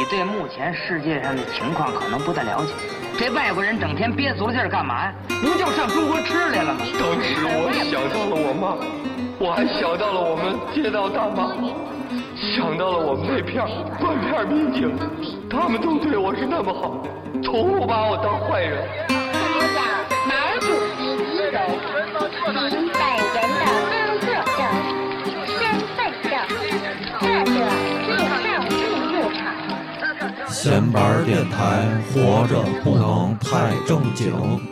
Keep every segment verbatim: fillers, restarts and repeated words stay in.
对目前世界上的情况可能不太了解。这外国人整天憋足了劲儿干嘛呀？不就上中国吃来了吗？ 当时我想到了我妈，我还想到了我们街道大妈，想到了我们那片断片民警，他们都对我是那么好，从不把我当坏人。 我讲毛主席遗容，您本人的工作证、身份证或者介绍进入场。 闲班电台，活着不能太正经。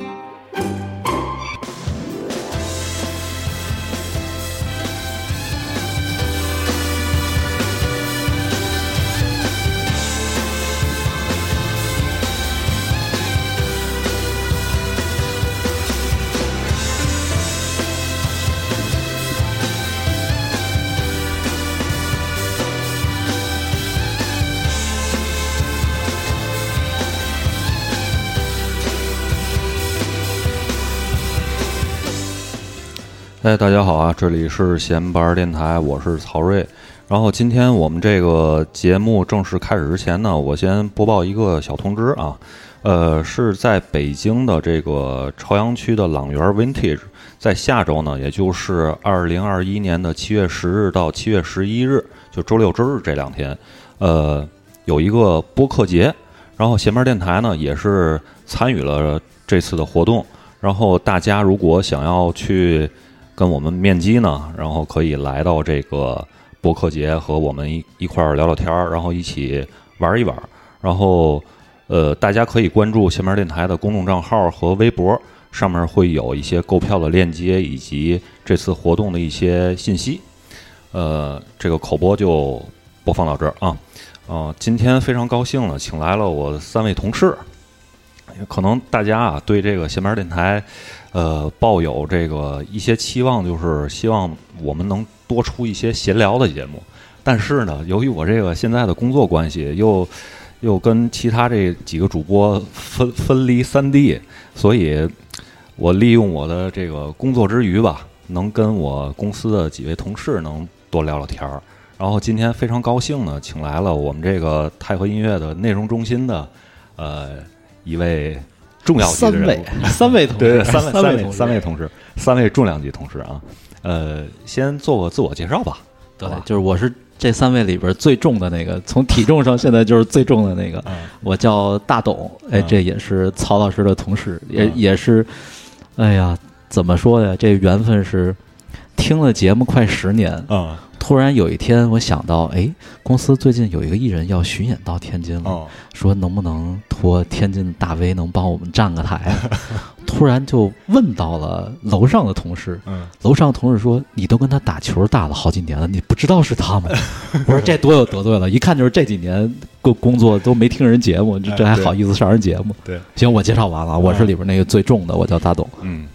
哎，大家好啊！这里是闲班电台，我是曹睿。然后今天我们这个节目正式开始之前呢，我先播报一个小通知啊，呃，是在北京的这个朝阳区的朗园 Vintage， 在下周呢，也就是二零二一年的七月十日到七月十一日，就周六周日这两天，呃，有一个播客节。然后闲班电台呢也是参与了这次的活动。然后大家如果想要去跟我们面基呢，然后可以来到这个播客节和我们一一块儿聊聊天，然后一起玩一玩。然后呃，大家可以关注闲班电台的公众账号和微博，上面会有一些购票的链接以及这次活动的一些信息。呃，这个口播就播放到这儿啊。呃，今天非常高兴呢，请来了我三位同事。可能大家啊对这个闲班电台呃抱有这个一些期望，就是希望我们能多出一些闲聊的节目。但是呢，由于我这个现在的工作关系，又又跟其他这几个主播分分离三地，所以我利用我的这个工作之余吧，能跟我公司的几位同事能多聊聊天儿。然后今天非常高兴呢，请来了我们这个太和音乐的内容中心的呃一位重要级的人物， 三位同事， 对，三位三位三位同事，三位重量级同事啊。呃，先做个自我介绍吧。 对，就是我是这三位里边最重的那个，从体重上现在就是最重的那个。嗯、我叫大董，哎，这也是曹老师的同事，嗯、也也是，哎呀，怎么说呀？这缘分是听了节目快十年啊。嗯，突然有一天，我想到，哎，公司最近有一个艺人要巡演到天津了，哦、说能不能托天津的大 V 能帮我们站个台？突然就问到了楼上的同事，嗯，楼上的同事说：“你都跟他打球打了好几年了，你不知道是他吗？”我说：“这多有得罪了，一看就是这几年工工作都没听人节目，这这还好意思上人节目？”对，行，我介绍完了，我是里边那个最重的，我叫大董，嗯。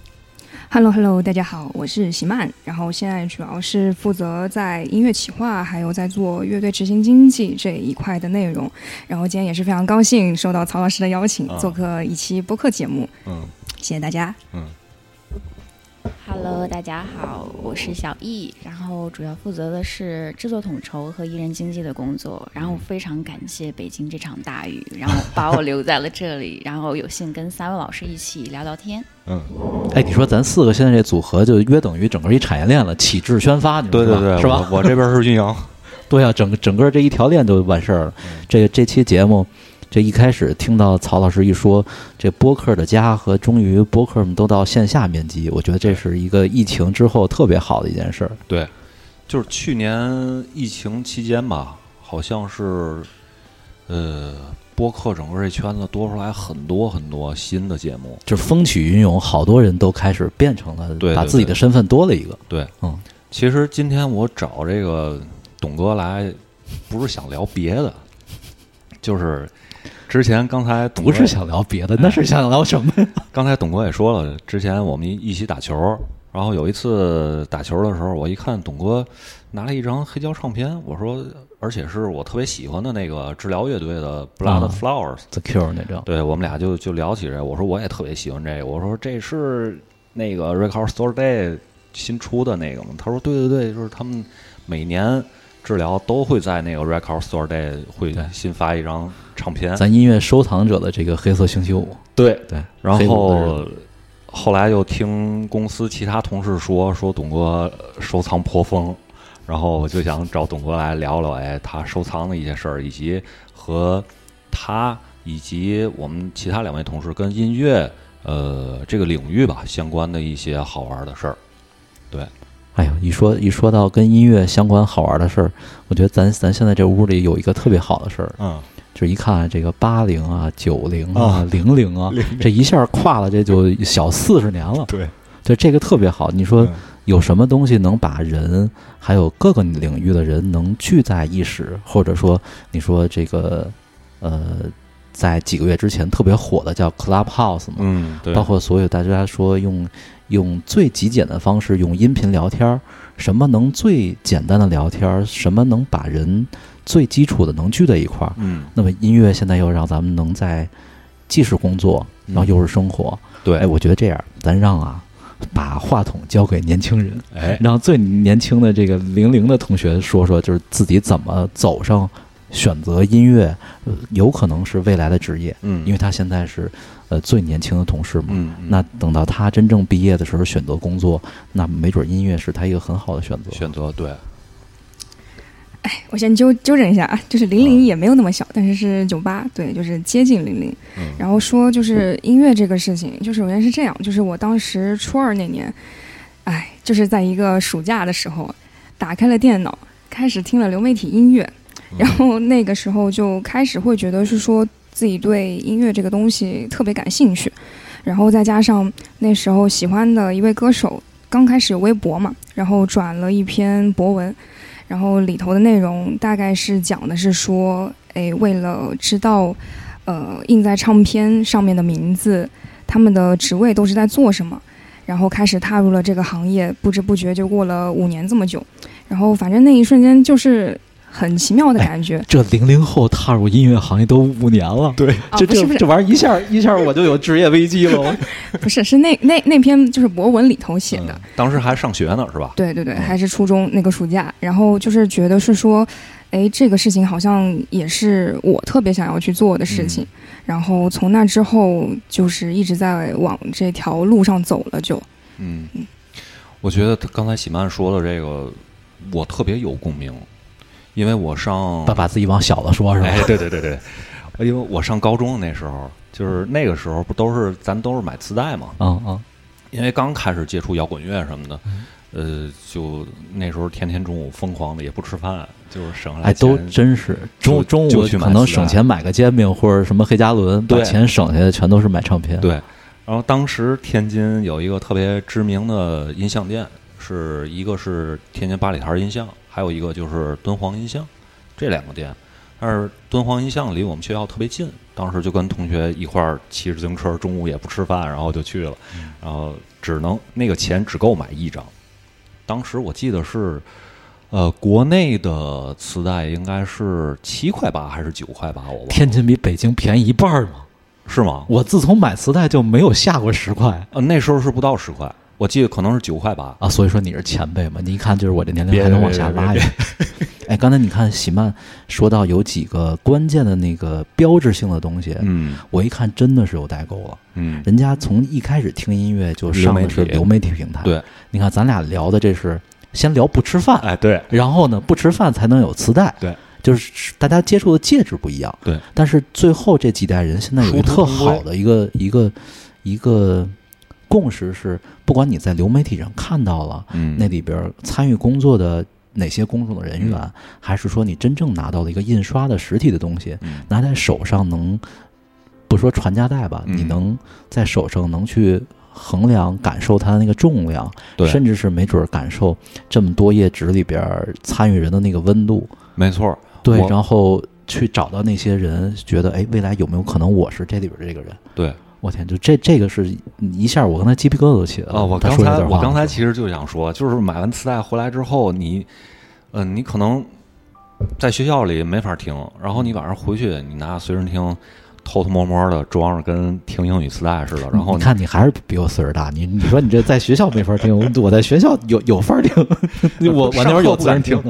Hello Hello， 大家好，我是席曼，然后现在主要是负责在音乐企划，还有在做乐队执行经济这一块的内容。然后今天也是非常高兴受到曹老师的邀请，做客一期播客节目。嗯，谢谢大家。嗯。 Hello， 大家好，我是小易，然后主要负责的是制作统筹和艺人经纪的工作。然后非常感谢北京这场大雨，然后把我留在了这里，然后有幸跟三位老师一起聊聊天。嗯， 哎，你说咱四个现在这组合就约等于整个一产业链了，启智宣发，你对对对， 是吧？ 我, 我这边是运营， 对啊，整个整个这一条链就完事儿了。嗯、这这期节目。这一开始听到曹老师一说，这播客的家和终于播客们都到线下面基，我觉得这是一个疫情之后特别好的一件事儿。 对，就是去年疫情期间吧，好像是，呃，播客整个这圈子多出来很多很多新的节目， 就是风起云涌，好多人都开始变成了， 对， 把自己的身份多了一个。 对，嗯，其实今天我找这个董哥来，不是想聊别的，就是。之前刚才不是想聊别的，那是想聊什么呀？ 刚才董哥也说了，之前我们一起打球，然后有一次打球的时候，我一看董哥拿了一张黑胶唱片，我说，而且是我特别喜欢的那个治疗乐队的 Blood Flowers、 The Cure 那张， 对我们俩就就聊起这，我说我也特别喜欢这个，我说这是那个 Record Store Day 新出的那个吗？他说对对对，就是他们每年治疗都会在那个 Record Store Day 会新发一张唱片， 咱音乐收藏者的这个黑色星期五。 对对， 然后后来又听公司其他同事说说董哥收藏颇丰，然后我就想找董哥来聊聊，哎，他收藏的一些事儿，以及和他以及我们其他两位同事跟音乐呃这个领域吧相关的一些好玩的事儿。对。 哎呦，一说一说到跟音乐相关好玩的事儿，我觉得咱咱现在这屋里有一个特别好的事儿， 嗯， 就一看这个八零啊、九零啊、零零啊，这一下跨了这就小四十年了。 对， 就这个特别好。你说有什么东西能把人还有各个领域的人能聚在一时，或者说你说这个呃，在几个月之前特别火的叫 Clubhouse 嘛， 嗯，对， 包括所有大家说用。用最极简的方式，用音频聊天，什么能最简单的聊天？什么能把人最基础的能聚在一块儿？ 嗯， 那么音乐现在又让咱们能在既是工作，然后又是生活。 嗯、对， 哎，我觉得这样，咱让啊，把话筒交给年轻人， 哎， 让最年轻的这个零零的同学说说，就是自己怎么走上选择音乐，呃、有可能是未来的职业。 嗯， 因为他现在是。呃，最年轻的同事嘛， 嗯嗯、 那等到他真正毕业的时候选择工作，那没准音乐是他一个很好的选择。 选择对。 哎，我先纠纠正一下啊，就是零零也没有那么小，嗯、但是是九八，对，就是接近零零。 嗯、 然后说就是音乐这个事情，就首先是这样，就是我当时初二那年，哎，就是在一个暑假的时候，打开了电脑，开始听了流媒体音乐，然后那个时候就开始会觉得是说。自己对音乐这个东西特别感兴趣，然后再加上那时候喜欢的一位歌手刚开始有微博嘛，然后转了一篇博文，然后里头的内容大概是讲的是说，哎，为了知道呃印在唱片上面的名字，他们的职位都是在做什么，然后开始踏入了这个行业，不知不觉就过了五年这么久，然后反正那一瞬间就是很奇妙的感觉。 哎、这零零后踏入音乐行业都五年了， 对， 这这、哦、这玩意儿一下一下我就有职业危机了。 不是，是那那那篇就是博文里头写的、嗯， 当时还上学呢，是吧？ 对对对，还是初中那个暑假，然后就是觉得是说，哎，这个事情好像也是我特别想要去做的事情，嗯、然后从那之后就是一直在往这条路上走了就，就嗯嗯，我觉得刚才喜曼说的这个，我特别有共鸣。因为我上把把自己往小了说是吧？ 哎，对对对对，因为我上高中的那时候，就是那个时候不都是咱都是买磁带嘛？ 啊啊、嗯！ 因为刚开始接触摇滚乐什么的，嗯、呃，就那时候天天中午疯狂的也不吃饭，就是省下来哎，都真是中中午可能省钱买个煎饼或者什么黑加仑，把钱省下来全都是买唱片。 对，然后当时天津有一个特别知名的音像店，是一个是天津八里台音像。还有一个就是敦煌音像，这两个店，但是敦煌音像离我们学校特别近，当时就跟同学一块儿骑着自行车，中午也不吃饭，然后就去了，然后只能那个钱只够买一张。当时我记得是，呃，国内的磁带应该是七块八还是九块八，我忘了。 天津比北京便宜一半吗？ 是吗？ 我自从买磁带就没有下过十块， 呃，那时候是不到十块。我记得可能是九块八啊，所以说你是前辈嘛？你一看就是我这年龄还能往下拉一点。哎，刚才你看喜曼说到有几个关键的那个标志性的东西， 嗯， 我一看真的是有代沟了， 嗯， 人家从一开始听音乐就上的是流媒体平台， 对， 你看咱俩聊的这是先聊不吃饭， 哎，对， 然后呢不吃饭才能有磁带， 对， 就是大家接触的介质不一样， 对， 但是最后这几代人现在有一个特好的一个一个一个。共识是，不管你在流媒体上看到了， 嗯， 那里边参与工作的哪些工作的人员，嗯、还是说你真正拿到了一个印刷的实体的东西， 嗯、 拿在手上能，不说传家代吧， 嗯、 你能在手上能去衡量、感受它的那个重量， 对， 甚至是没准感受这么多页纸里边参与人的那个温度， 没错， 对，然后去找到那些人，觉得哎，未来有没有可能我是这里边这个人？ 对。 我天，就这这个是一下，我刚才鸡皮疙瘩都起来了。 哦，我刚才我刚才其实就想说，就是买完磁带回来之后，你，嗯、呃，你可能在学校里没法听，然后你晚上回去，你拿随身听，偷偷摸摸的装着，跟听英语磁带似的。然后你, 你看，你还是比我岁数大。你你说你这在学校没法听，我在学校有有法听。我我那会儿有自然听。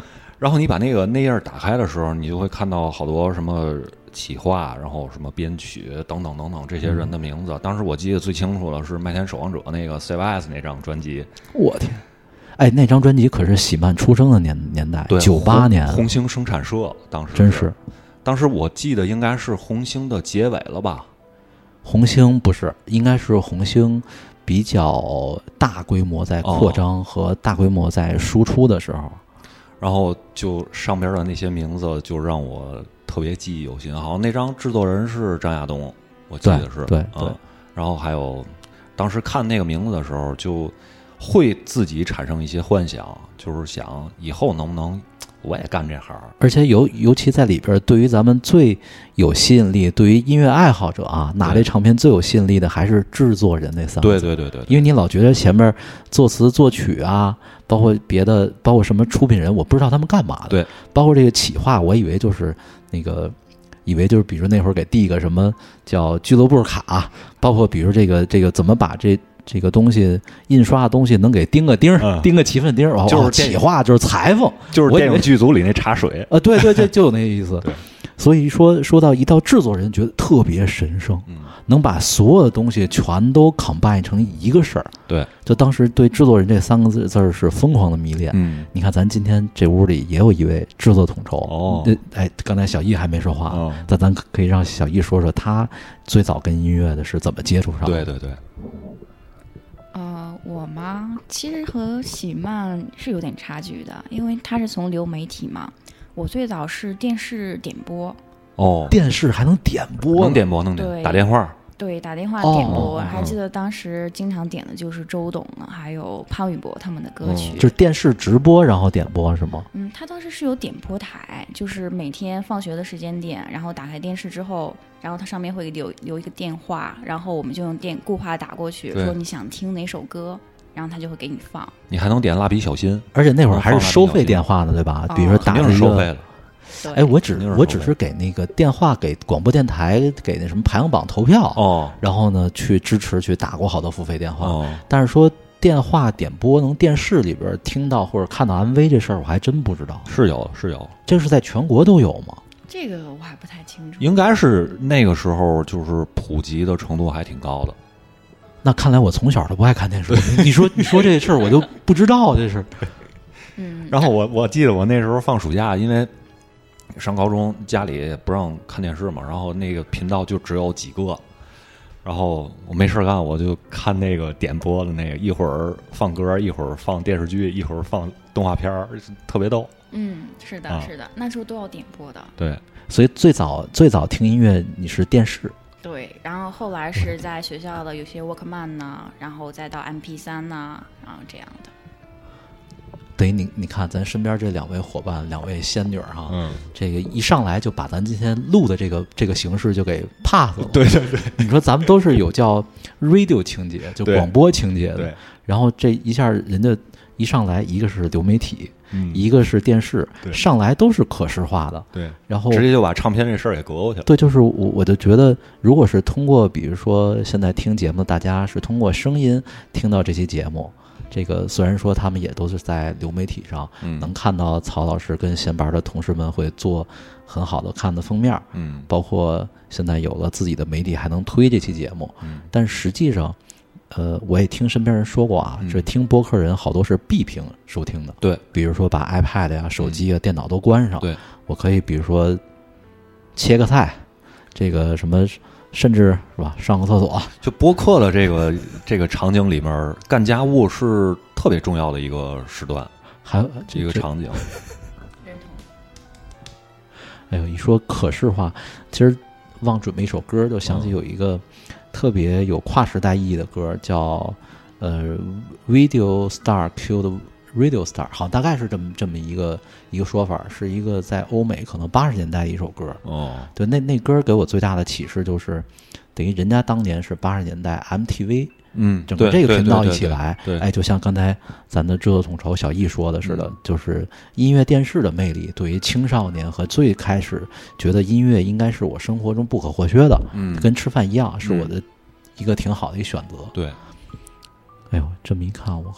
然后你把那个内页打开的时候，你就会看到好多什么企划，然后什么编曲等等等等这些人的名字。嗯、当时我记得最清楚的是《麦田守望者》那个 C Y S 那张专辑。 我天！哎，那张专辑可是喜曼出生的年年代，九八年， 红星生产社当时真是。 当时我记得应该是红星的结尾了吧？ 红星不是，应该是红星比较大规模在扩张和大规模在输出的时候。哦， 然后就上边的那些名字就让我特别记忆犹新，好像那张制作人是张亚东，我记得是， 对 对, 对、 嗯。然后还有，当时看那个名字的时候，就会自己产生一些幻想，就是想以后能不能我也干这行。 而且尤尤其在里边，对于咱们最有吸引力，对于音乐爱好者啊，哪类唱片最有吸引力的还是制作人那三个字。 对对对 对, 对， 因为你老觉得前面作词作曲啊。包括别的，包括什么出品人，我不知道他们干嘛的。 对， 包括这个企划，我以为就是那个，以为就是比如那会儿给递一个什么叫俱乐部卡，包括比如这个这个怎么把这这个东西印刷的东西能给钉个钉，嗯、钉个七分钉，哦， 就是企划，就是裁缝， 就是电影剧组里那茶水。 呃，对对对，就有那个意思。 对， 所以说说到一到制作人，觉得特别神圣。嗯。能把所有的东西全都 combine 成一个事儿， 对， 就当时对制作人这三个字字是疯狂的迷恋。嗯，你看咱今天这屋里也有一位制作统筹哦， 哎，刚才小易还没说话，哦，但咱可以让小易说说他最早跟音乐的是怎么接触上的。 对对对。 呃，我吗？其实和喜曼是有点差距的，因为他是从流媒体嘛，我最早是电视点播。 哦， 电视还能点播， 能点播，能点打电话， 对，打电话点播。哦，还记得当时经常点的就是周董啊，还有潘玮柏他们的歌曲。 哦，就是电视直播然后点播是吗？ 嗯，他当时是有点播台，就是每天放学的时间点，然后打开电视之后，然后它上面会留留一个电话，然后我们就用电固话打过去，说你想听哪首歌，然后他就会给你放。 你还能点蜡笔小新， 而且那会儿还是收费电话呢，对吧？ 哦， 比如说打一个收费了。 哎，我只我只是给那个电话给广播电台给那什么排行榜投票哦， 然后呢去支持去打过好多付费电话， 哦， 但是说电话点播能电视里边听到或者看到 M V 这事儿我还真不知道。 是有是有， 这是在全国都有吗？ 这个我还不太清楚。 应该是那个时候就是普及的程度还挺高的。 那看来我从小都不爱看电视。你说你说这事儿我就不知道这是。 嗯， 然后我我记得我那时候放暑假，因为上高中家里不让看电视嘛，然后那个频道就只有几个，然后我没事干，我就看那个点播的那个，一会儿放歌，一会儿放电视剧，一会儿放动画片，特别逗。 嗯，是的，啊、是的，那时候都要点播的。 对， 所以最早最早听音乐你是电视。 对，然后后来是在学校的有些 Walkman 呐，然后再到 M P 三呐，然后这样的。 等于你你看咱身边这两位伙伴，两位仙女哈， 嗯， 这个一上来就把咱今天录的这个这个形式就给 pass 了。 对对对， 你说咱们都是有叫 radio 情节，就广播情节的， 对。 然后这一下人家一上来，一个是流媒体， 嗯， 一个是电视，上来都是可视化的， 对。 然后直接就把唱片这事儿给隔过去了。 对，就是我我就觉得，如果是通过比如说现在听节目，大家是通过声音听到这期节目。这个虽然说他们也都是在流媒体上， 嗯， 能看到曹老师跟闲班的同事们会做很好的看的封面， 嗯， 包括现在有了自己的媒体还能推这期节目， 嗯， 但实际上，呃，我也听身边人说过啊， 嗯， 这听播客人好多是闭屏收听的， 对， 比如说把 iPad 呀、手机啊、嗯、电脑都关上， 对， 我可以比如说切个菜，这个什么。甚至是吧，上个厕所。 就播客的这个这个场景里面，干家务是特别重要的一个时段， 还有一个场景。 认同。 哎呦，一说可视化，其实忘准备一首歌，就想起有一个特别有跨时代意义的歌，叫呃 ，Video Star Killed Radio Star， 好，大概是这么这么一个一个说法，是一个在欧美可能八十年代的一首歌。 哦， 对，那那歌给我最大的启示就是，等于人家当年是八十年代 M T V， 嗯， 整个这个频道一起来， 对对对对对哎，就像刚才咱的制作统筹小易说的似的，嗯，就是音乐电视的魅力对于青少年和最开始觉得音乐应该是我生活中不可或缺的， 嗯， 跟吃饭一样，是我的一个挺好的一个选择。 对， 哎呦，这么一看，我靠。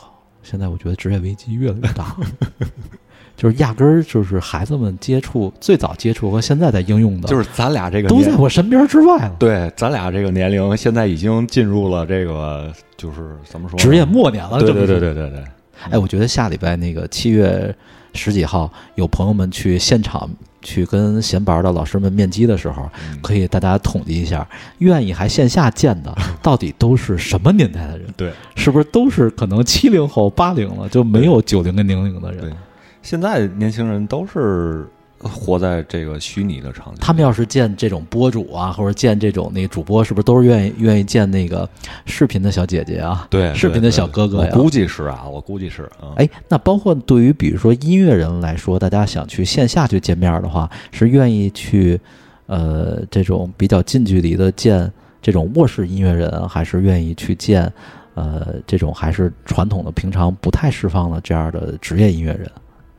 现在我觉得职业危机越来越大，就是压根儿就是孩子们接触最早接触和现在在应用的， 就是咱俩这个都在我身边之外了。 对，咱俩这个年龄现在已经进入了这个就是怎么说职业末年了。 对对对对对对。 哎，我觉得下礼拜那个七月十几号有朋友们去现场去跟闲班的老师们面基的时候，可以大家统计一下，愿意还线下见的到底都是什么年代的人？ 对， 是不是都是可能七零后、八零了，就没有九零跟零零的人？ 对，现在年轻人都是活在这个虚拟的场景。 他们要是见这种播主啊，或者见这种那个主播，是不是都是愿意愿意见那个视频的小姐姐啊？ 对， 视频的小哥哥呀。 我估计是啊，我估计是。嗯、 哎，那包括对于比如说音乐人来说，大家想去线下去见面的话，是愿意去呃这种比较近距离的见这种卧室音乐人，还是愿意去见呃这种还是传统的平常不太释放的这样的职业音乐人？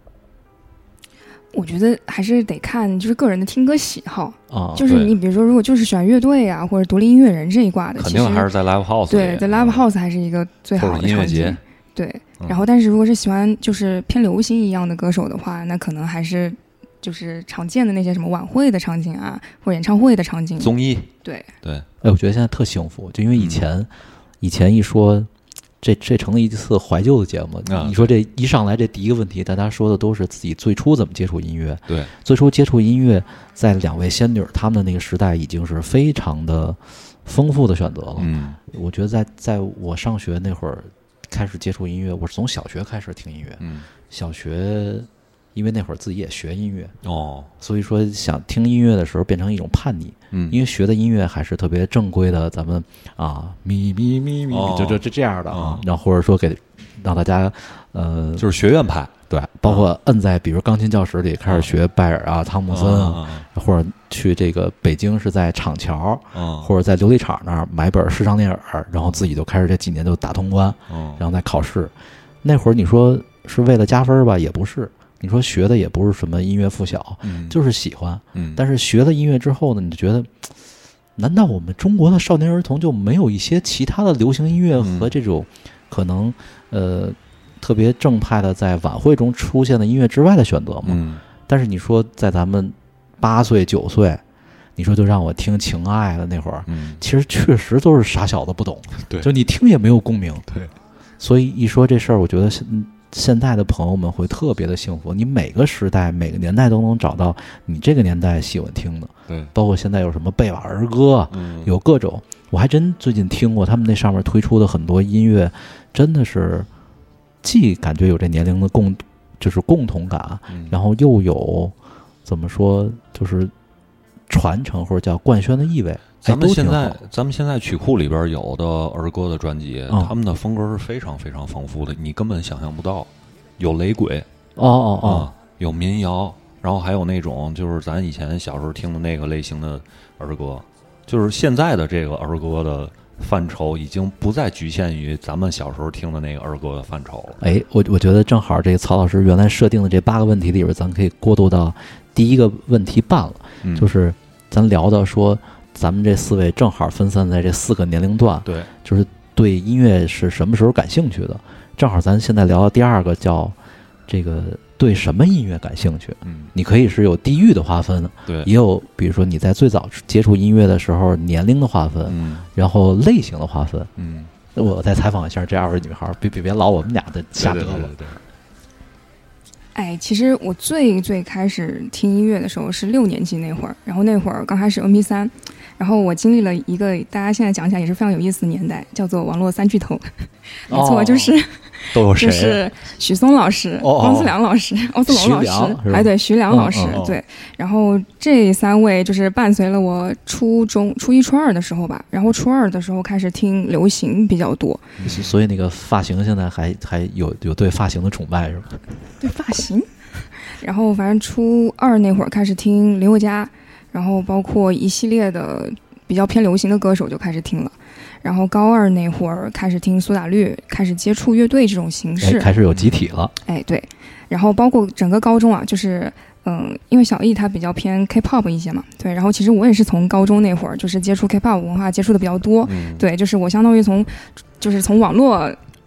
我觉得还是得看就是个人的听歌喜好啊， 就是你比如说如果就是选乐队啊或者独立音乐人这一挂的， 肯定还是在 live house 对，在 live house 还是一个最好的音乐节。 对，然后但是如果是喜欢就是偏流行一样的歌手的话，那可能还是就是常见的那些什么晚会的场景啊，或者演唱会的场景， 综艺。 对对， 哎，我觉得现在特幸福，就因为以前、嗯、以前一说。这这成了一次怀旧的节目。 啊、 你说这一上来这第一个问题，大家说的都是自己最初怎么接触音乐。 对， 最初接触音乐，在两位仙女她们的那个时代，已经是非常的丰富的选择了。 嗯， 我觉得在在我上学那会儿开始接触音乐，我是从小学开始听音乐。 嗯， 小学因为那会儿自己也学音乐哦， 所以说想听音乐的时候变成一种叛逆。 嗯， 因为学的音乐还是特别正规的，咱们啊咪咪咪咪， 哦、 就就就这样的啊、 哦， 然后或者说给让大家呃， 就是学院派， 对，包括摁在比如钢琴教室里开始学拜尔啊、汤姆森啊、 哦， 或者去这个北京是在厂桥， 哦、 或者在琉璃厂那儿买本视唱聂耳，然后自己就开始这几年就打通关， 哦、 然后再考试。那会儿你说是为了加分吧，也不是。你说学的也不是什么音乐附小、 嗯、 就是喜欢、 嗯、 但是学了音乐之后呢，你就觉得难道我们中国的少年儿童就没有一些其他的流行音乐和这种、嗯、可能呃特别正派的在晚会中出现的音乐之外的选择吗、 嗯、 但是你说在咱们八岁九岁，你说就让我听情爱了那会儿、 嗯、 其实确实都是傻小子不懂， 对， 就你听也没有共鸣， 对， 所以一说这事儿，我觉得嗯现在的朋友们会特别的幸福，你每个时代每个年代都能找到你这个年代喜欢听的， 对， 包括现在有什么贝瓦儿歌、 嗯、 有各种，我还真最近听过他们那上面推出的很多音乐，真的是既感觉有这年龄的共就是共同感、 嗯、 然后又有怎么说就是传承或者叫冠宣的意味。 咱们现在咱们现在曲库里边有的儿歌的专辑、 嗯、 他们的风格是非常非常丰富的，你根本想象不到。有雷鬼， 哦哦哦、 嗯，有民谣，然后还有那种就是咱以前小时候听的那个类型的儿歌，就是现在的这个儿歌的范畴已经不再局限于咱们小时候听的那个儿歌的范畴了。 哎，我我觉得正好这个曹老师原来设定的这八个问题里边，咱可以过渡到第一个问题半了、 嗯、 就是咱聊到说咱们这四位正好分散在这四个年龄段， 对， 就是对音乐是什么时候感兴趣的，正好咱现在聊到第二个叫这个对什么音乐感兴趣。 嗯， 你可以是有地域的划分， 对， 也有比如说你在最早接触音乐的时候年龄的划分， 嗯， 然后类型的划分， 嗯， 我再采访一下这二位女孩，别别别老我们俩的瞎得了。 对对对对对。 哎，其实我最最开始听音乐的时候是六年级那会儿，然后那会儿刚开始 M P 三，然后我经历了一个大家现在讲起来也是非常有意思的年代，叫做网络三巨头。没错，就是、 哦、都有谁？ 就是许嵩老师、 哦、 汪思良老师、欧思龙老师，还对徐良老师、 嗯嗯， 对。然后这三位就是伴随了我初中、初一、初二的时候吧，然后初二的时候开始听流行比较多。 所以那个发型现在还还有有对发型的崇拜是吧？ 对发型。然后反正初二那会儿开始听林宥嘉，然后包括一系列的比较偏流行的歌手就开始听了。然后高二那会儿开始听苏打绿，开始接触乐队这种形式， 哎、开始有集体了。 哎，对。然后包括整个高中啊，就是嗯，因为小艺他比较偏 K-pop 一些嘛，对。然后其实我也是从高中那会儿就是接触 K-pop 文化接触的比较多， 嗯、 对，就是我相当于从就是从网络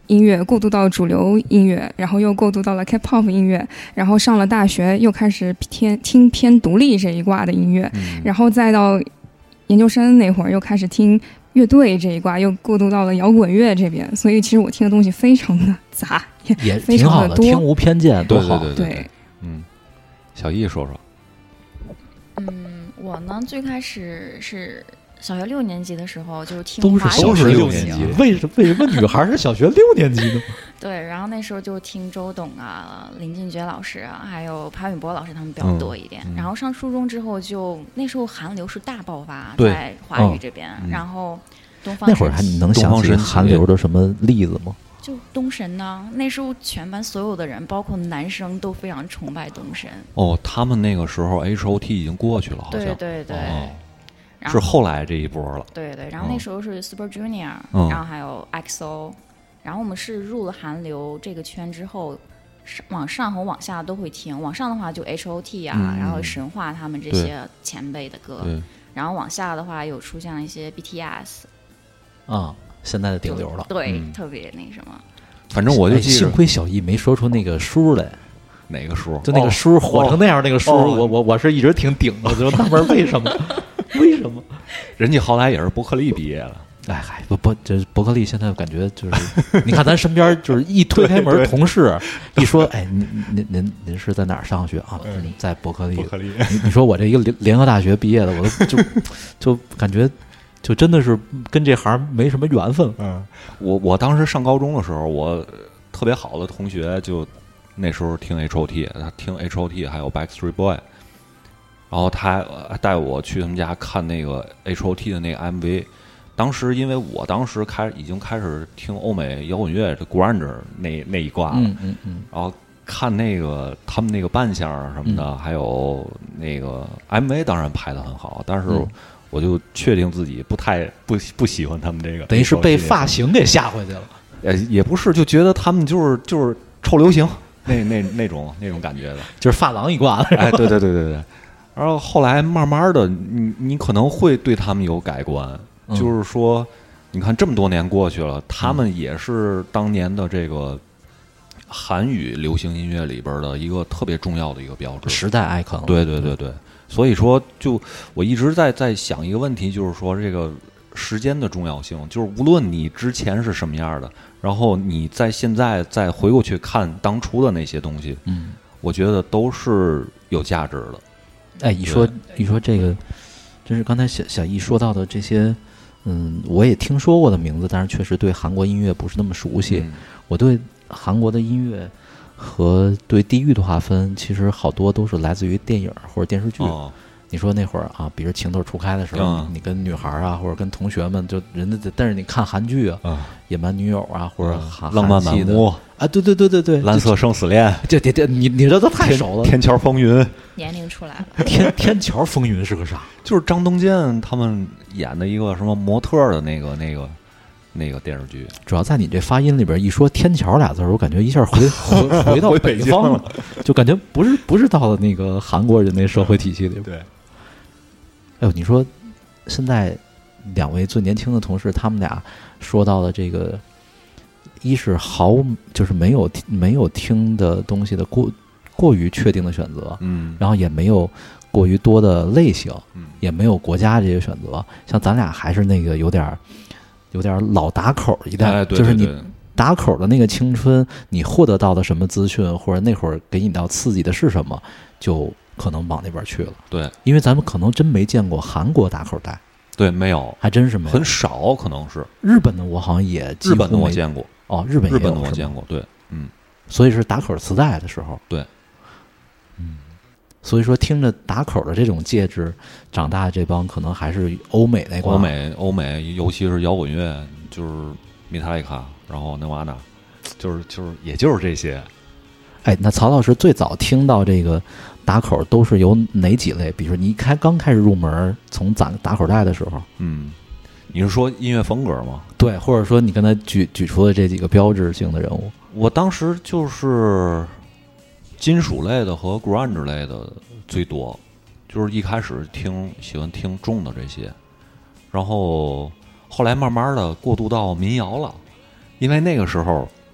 音乐过渡到主流音乐，然后又过渡到了 K-pop 音乐，然后上了大学又开始偏听偏独立这一挂的音乐， 嗯、 然后再到研究生那会儿又开始听乐队这一挂，又过渡到了摇滚乐这边，所以其实我听的东西非常的杂， 也非挺好的， 常多， 听无偏见，多好。 对对 对, 对，嗯，小易说说。 嗯，我呢最开始是小学六年级的时候就听都是小学六年级，为什为什么女孩是小学六年级呢？ 对，然后那时候就听周董啊、林俊杰老师啊，还有潘玮柏老师他们比较多一点。嗯嗯、然后上初中之后就，就那时候韩流是大爆发在华语这边， 嗯、 然后东方那会儿还能想起韩流的什么例子吗？ 就东神呢，那时候全班所有的人，包括男生都非常崇拜东神。 哦，他们那个时候 H O T 已经过去了，好像。 对对对。 哦然是后来这一波了， 对对，然后那时候是 Super Junior，、 嗯、 然后还有 X O， 然后我们是入了韩流这个圈之后，往上和往下都会听。往上的话就 H O T 啊， 嗯、 然后神话他们这些前辈的歌，然后往下的话有出现了一些 B T S， 啊，现在的顶流了， 对， 嗯、 特别那什么。 反正我就记得， 幸亏小易没说出那个书来。 哪个书？ 就那个书、哦、火成那样那个书， 哦、 我我我是一直挺顶的，就纳闷为什么。为什么？ 人家好歹也是伯克利毕业了。 哎嗨，不不，这伯克利现在感觉就是，你看咱身边就是一推开门，同事一说，哎，您您您您是在哪儿上学啊？嗯、在伯克利。 伯克利。 你你说我这一个联联合大学毕业的，我都就就感觉就真的是跟这行没什么缘分。 嗯，我我当时上高中的时候，我特别好的同学就那时候听 H O T， 他听 H O T 还有 Backstreet Boy。然后他带我去他们家看那个 H O T 的那个 M V， 当时因为我当时开已经开始听欧美摇滚乐的 grunge 那那一挂了， 嗯嗯嗯， 然后看那个他们那个扮相什么的， 嗯、 还有那个 M V 当然拍得很好，但是我就确定自己不太不不喜欢他们这个， 等于是被发型给吓回去了， 也也不是，就觉得他们就是就是臭流行那那那种那种感觉的， 就是发廊一挂的， 哎，对对对对对。然后后来慢慢的，你你可能会对他们有改观， 嗯、 就是说，你看这么多年过去了，他们也是当年的这个韩语流行音乐里边的一个特别重要的一个标志， 时代 icon。 对对对对，所以说，就我一直在在想一个问题，就是说这个时间的重要性，就是无论你之前是什么样的，然后你在现在再回过去看当初的那些东西， 嗯， 我觉得都是有价值的。 哎，一说一说这个，真是刚才小小易说到的这些，嗯，我也听说过的名字，但是确实对韩国音乐不是那么熟悉。 嗯、 我对韩国的音乐和对地域的划分，其实好多都是来自于电影或者电视剧。 哦、 你说那会儿啊，比如情窦初开的时候， 嗯、 你跟女孩啊，或者跟同学们，就人家在但是你看韩剧啊， 嗯、 野蛮女友啊，或者韩浪漫满目啊，对对对对对， 蓝色生死恋， 这这这你你这都太熟了。 天桥风云， 年龄出来了。 天天桥风云是个啥？ 就是张东健他们演的一个什么模特的那个那个那个电视剧。 主要在你这发音里边一说天桥俩字，我感觉一下回回回到北方了，就感觉不是不是到了那个韩国人那社会体系里边。 对。 哎呦，你说现在两位最年轻的同事，他们俩说到的这个。一是毫就是没有没有听的东西的过过于确定的选择， 嗯， 然后也没有过于多的类型， 嗯， 也没有国家这些选择。像咱俩还是那个有点有点老打口一代， 哎、对对对就是你打口的那个青春，你获得到的什么资讯，或者那会儿给你到刺激的是什么，就可能往那边去了。 对， 因为咱们可能真没见过韩国打口袋， 对，没有， 还真是没有， 很少，可能是日本的，我好像也日本的我见过。 哦，日本也有日本的我见过，对，嗯， 所以是打口磁带的时候， 对， 嗯，所以说听着打口的这种介质长大，这帮可能还是欧美那块， 欧美欧美，尤其是摇滚乐，就是米塔利卡，然后 Nirvana，就是就是也就是这些。 哎，那曹老师最早听到这个打口都是有哪几类？比如说你开刚开始入门，从打打口袋的时候， 嗯。你是说音乐风格吗？ 对，或者说你刚才举举出的这几个标志性的人物， 我当时就是金属类的和 grunge 类的最多，就是一开始听喜欢听重的这些，然后后来慢慢的过渡到民谣了，因为那个时候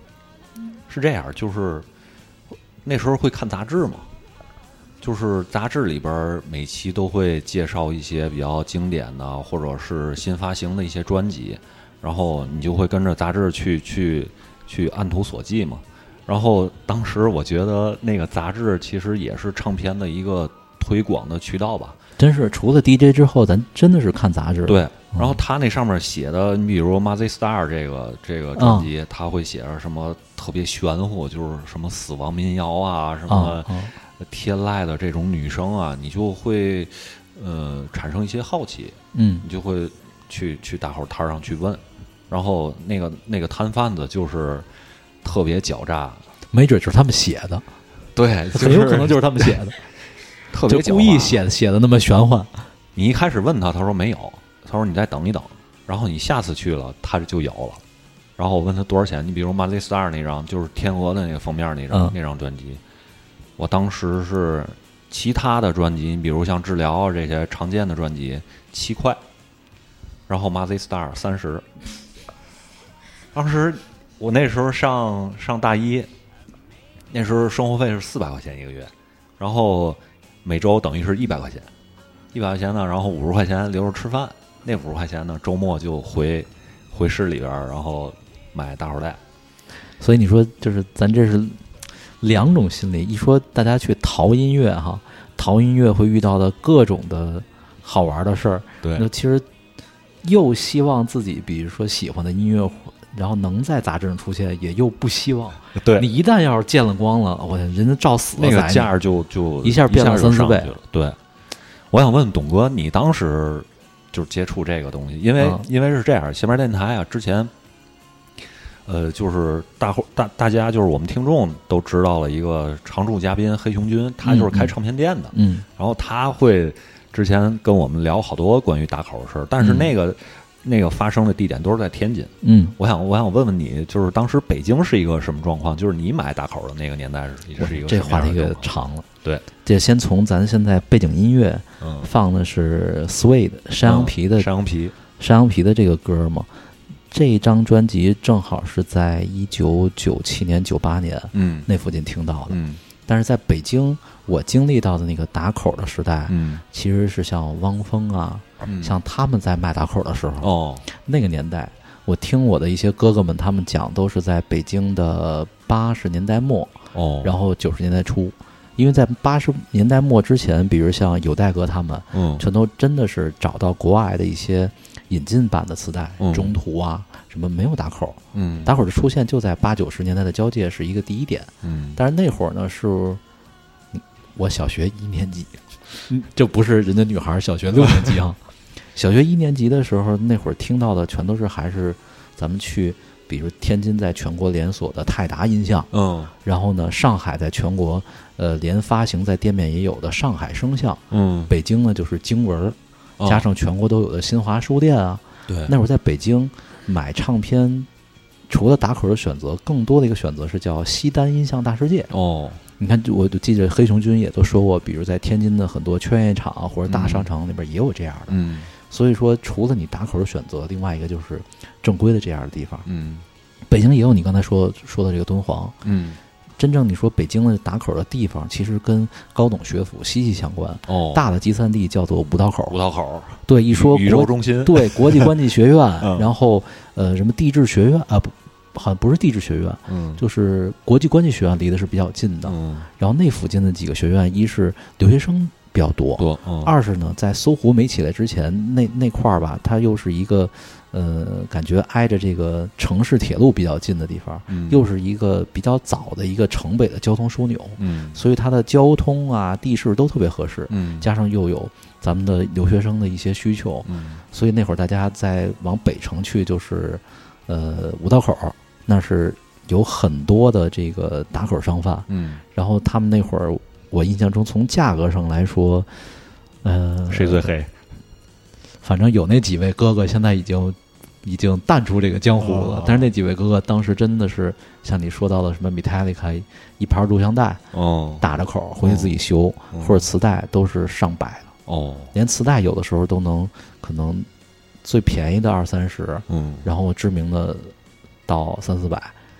是这样，就是那时候会看杂志嘛，就是杂志里边每期都会介绍一些比较经典的或者是新发行的一些专辑，然后你就会跟着杂志去去去按图索骥嘛。然后当时我觉得那个杂志其实也是唱片的一个推广的渠道吧。 真是除了 D J 之后，咱真的是看杂志。 对，然后他那上面写的，你比如 Mazzy Star 这个这个专辑，嗯、他会写着什么特别玄乎，就是什么死亡民谣啊，什么天籁的这种女声啊，你就会呃产生一些好奇， 嗯， 你就会去去大伙摊上去问，然后那个那个摊贩子就是特别狡诈， 没准就是他们写的， 对，就是、 很有可能就是他们写的。 特别就故意写的写的那么玄幻。 你一开始问他，他说没有，他说你再等一等，然后你下次去了，他就有了。然后我问他多少钱，你比如 Mazzy Star 那张，就是天鹅的那个封面那张、嗯、那张专辑，我当时是其他的专辑，你比如像治疗这些常见的专辑七块，然后 Mazzy Star 三十。当时我那时候上上大一，那时候生活费是四百块钱一个月，然后每周等于是一百块钱，一百块钱呢，然后五十块钱留着吃饭，那五十块钱呢，周末就回回市里边，然后买大伙带。 所以你说，就是咱这是两种心理，一说大家去淘音乐哈，淘音乐会遇到的各种的好玩的事儿， 对， 那其实又希望自己，比如说喜欢的音乐，然后能在杂志上出现，也又不希望。 对， 你一旦要是见了光了，我人家照死了， 那个价就就一下变了三四倍了。对，我想问董哥，你当时就是接触这个东西，因为、嗯、因为是这样，前面电台啊，之前，呃，就是大伙大大家就是我们听众都知道了一个常驻嘉宾黑熊君，他就是开唱片店的， 嗯， 然后他会之前跟我们聊好多关于打口的事儿，但是那个。嗯那个发生的地点都是在天津， 嗯， 我想我想问问你，就是当时北京是一个什么状况？就是你买打口的那个年代是是一个这话题给长了， 对， 这先从咱现在背景音乐， 嗯， 放的是 Suede 山羊皮的、 嗯、山羊皮山羊皮的这个歌嘛，这张专辑正好是在一九九七年九八年， 嗯， 那附近听到的， 嗯， 但是在北京我经历到的那个打口的时代， 嗯， 其实是像汪峰啊。 嗯、 像他们在卖打口的时候， 哦， 那个年代，我听我的一些哥哥们他们讲，都是在北京的八十年代末， 哦， 然后九十年代初，因为在八十年代末之前，比如像有代哥他们， 嗯， 全都真的是找到国外的一些引进版的磁带， 嗯、 中途啊什么没有打口， 嗯， 打口的出现就在八九十年代的交界是一个第一点， 嗯， 但是那会儿呢是我小学一年级，这不是人家女孩小学六年级啊。小学一年级的时候，那会儿听到的全都是还是咱们去，比如天津在全国连锁的泰达音像， 嗯， 然后呢，上海在全国呃连发行在店面也有的上海声像， 嗯， 北京呢就是京文，加上全国都有的新华书店啊， 对， 那会儿在北京买唱片，除了打口的选择，更多的一个选择是叫西单音像大世界哦。 你看，我就记得黑熊君也都说过，比如在天津的很多劝业场或者大商场里边也有这样的， 嗯。 所以说，除了你打口的选择，另外一个就是正规的这样的地方。 嗯， 北京也有你刚才说说的这个敦煌。 嗯， 真正你说北京的打口的地方，其实跟高等学府息息相关。 哦， 大的集散地叫做五道口。 五道口， 对，一说宇宙中心， 对，国际关系学院， 嗯、 然后呃，什么地质学院啊，不，好像不是地质学院， 嗯， 就是国际关系学院离的是比较近的。 嗯， 然后那附近的几个学院，一是留学生比较多， 多嗯、 二是呢，在搜狐没起来之前，那那块儿吧，它又是一个呃，感觉挨着这个城市铁路比较近的地方， 嗯、 又是一个比较早的一个城北的交通枢纽， 嗯， 所以它的交通啊、地势都特别合适， 嗯， 加上又有咱们的留学生的一些需求， 嗯， 所以那会儿大家在往北城去，就是呃五道口那是有很多的这个打口商贩， 嗯， 然后他们那会儿。我印象中，从价格上来说，呃， 谁最黑？ 反正有那几位哥哥现在已经已经淡出这个江湖了， 哦、 但是那几位哥哥当时真的是像你说到的什么 Metallica 一盘录像带， 哦， 打着口回去自己修， 哦、 或者磁带都是上百的， 哦， 连磁带有的时候都能可能最便宜的二三十， 嗯， 然后知名的到三四百。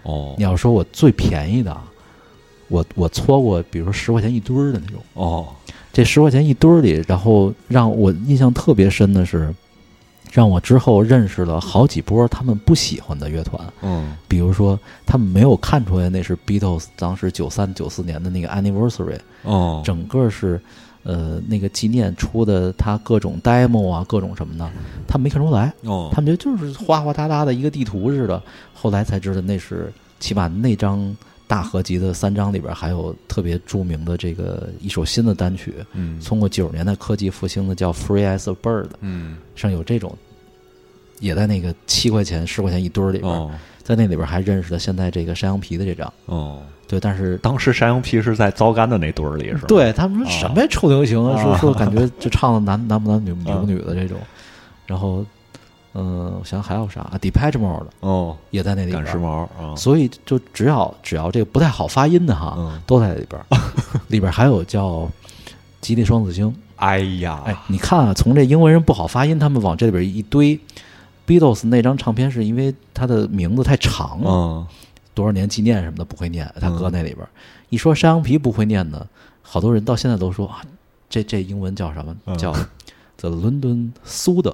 哦， 你要说我最便宜的，我我搓过，比如说十块钱一堆儿的那种。 哦， 这十块钱一堆儿里，然后让我印象特别深的是，让我之后认识了好几波他们不喜欢的乐团。 嗯， 比如说他们没有看出来那是 Beatles 当时九三九四年的那个 Anniversary。哦，整个是呃那个纪念出的他各种 demo 啊，各种什么的，他们没看出来。哦，他们觉得就是哗哗嗒嗒的一个地图似的。后来才知道那是起码那张大合集的三张里边还有特别著名的这个一首新的单曲，嗯，通过九十年代科技复兴的叫 Free as a Bird， 嗯，上有这种，也在那个七块钱十块钱一堆里边，哦，在那里边还认识了现在这个山羊皮的这张。哦，对，但是当时山羊皮是在糟干的那堆里是吧？ 对，他们说什么臭流行啊，说说感觉就唱的男男不男女女不女的这种，然后嗯，我想还有啥 Depeche Mode 的哦，也在那里边赶时髦啊， 所以就只要只要这个不太好发音的哈，嗯，都在里边。里边还有叫吉利双子星。 哎呀， 哎，你看啊，从这英文人不好发音，他们往这里边一堆。Beatles 那张唱片是因为它的名字太长了，嗯，多少年纪念什么的不会念，他搁那里边。嗯，一说山羊皮不会念呢，好多人到现在都说啊，这这英文叫什么？嗯，叫 The London Soda。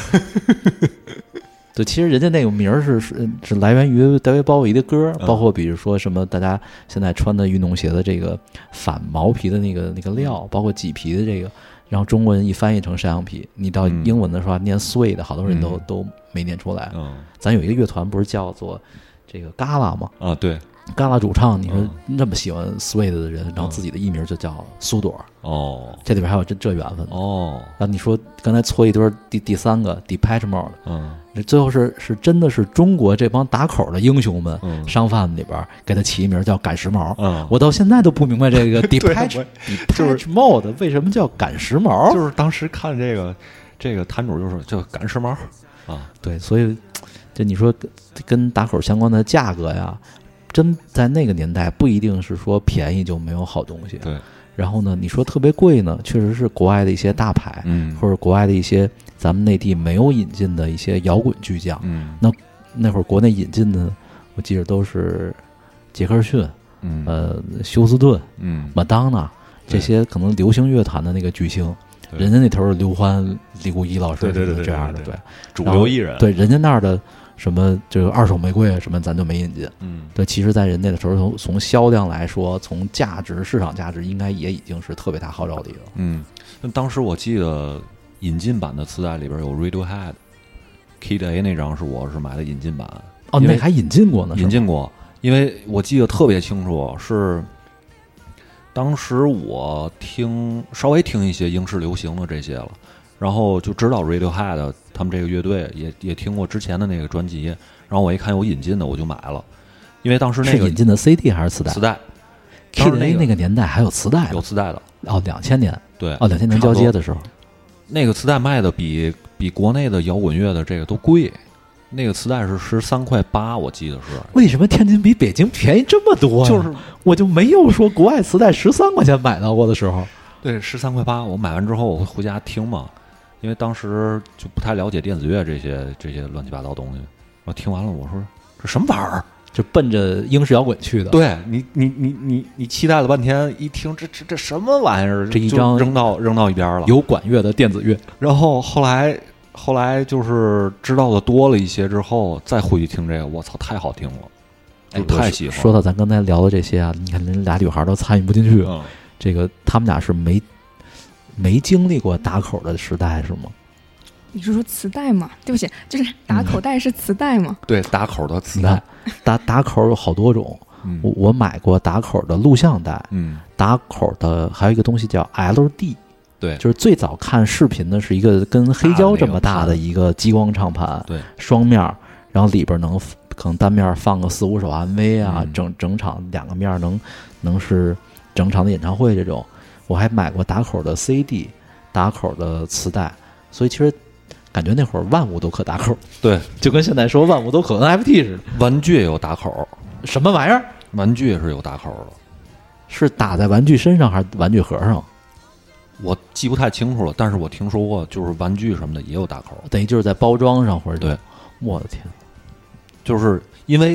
对，其实人家那个名儿是是是来源于大卫鲍威的歌，包括比如说什么大家现在穿的运动鞋的这个反毛皮的那个那个料，包括麂皮的这个，然后中文一翻译成山羊皮，你到英文的时候念碎的，好多人都、嗯、都没念出来。嗯，咱有一个乐团不是叫做这个嘎啦吗？ 啊，对。 嘎啦主唱，你说那么喜欢 Suede 的人，然后自己的艺名就叫苏朵哦，这里边还有这这缘分哦。然后你说刚才搓一堆第第三个 Depeche Mode， 嗯，最后是是真的是中国这帮打口的英雄们，嗯，商贩里边给他起一名叫赶时髦。嗯，我到现在都不明白这个 Depeche Depeche Mode 为什么叫赶时髦， 就是当时看这个这个摊主就是叫赶时髦啊， 对，所以就你说跟打口相关的价格呀。真在那个年代不一定是说便宜就没有好东西。 对， 然后呢，你说特别贵呢，确实是国外的一些大牌，嗯，或者国外的一些咱们内地没有引进的一些摇滚巨匠，嗯，那那会儿国内引进的，我记得都是杰克逊，嗯，呃，休斯顿，嗯，麦当娜这些可能流行乐坛的那个巨星，人家那头是刘欢、李谷一老师， 对对对对， 这样的，对， 主流艺人， 对，人家那儿的。什么这个二手玫瑰什么咱就没引进，嗯，对，其实，在人家的时候，从从销量来说，从价值市场价值，应该也已经是特别大号召力了。 嗯，那当时我记得引进版的磁带里边有 Radiohead，Kid A 那张是我是买的引进版。 哦，那还引进过呢？ 引进过，因为我记得特别清楚，是当时我听稍微听一些英式流行的这些了。然后就知道 Radiohead 他们这个乐队，也也听过之前的那个专辑，然后我一看有引进的，我就买了，因为当时那个是引进的 C D 还是磁带？ 磁带。 Kid A 那个年代还有磁带， 有磁带的。 哦，两千年， 对， 哦，两千年交接的时候， 那个磁带卖的比比国内的摇滚乐的这个都贵，那个磁带是十三块八，我记得是。 为什么天津比北京便宜这么多呀？就是我就没有说国外磁带十三块钱买到过的时候。 对，十三块八，我买完之后我会回家听嘛。因为当时就不太了解电子乐这些这些乱七八糟东西，我听完了我说这什么玩意儿， 就奔着英式摇滚去的。 对你你你你你期待了半天，一听这这这什么玩意儿， 这一张扔到扔到一边了。 有管乐的电子乐， 然后后来后来就是知道的多了一些之后，再回去听这个，我操，太好听了， 哎， 太喜欢。 说到咱刚才聊的这些啊，你看人俩女孩都参与不进去，嗯，这个他们俩是没。没经历过打口的时代是吗？ 你是说磁带吗？对不起，就是打口袋是磁带吗？ 嗯、对，打口的磁带， 打打口有好多种。嗯、我我买过打口的录像带，嗯，打口的还有一个东西叫 L D， 对， 就是最早看视频的是一个跟黑胶这么大的一个激光唱盘， 对， 双面，然后里边能可能单面放个四五首 M V 啊，嗯、整整场两个面能能是整场的演唱会这种。我还买过打口的 C D， 打口的磁带，所以其实感觉那会儿万物都可打口。 对， 就跟现在说万物都可 N F T 似的。 玩具也有打口， 什么玩意儿？ 玩具也是有打口的， 是打在玩具身上还是玩具盒上？ 我记不太清楚了，但是我听说过，就是玩具什么的也有打口， 等于就是在包装上或者对。 我的天， 就是因为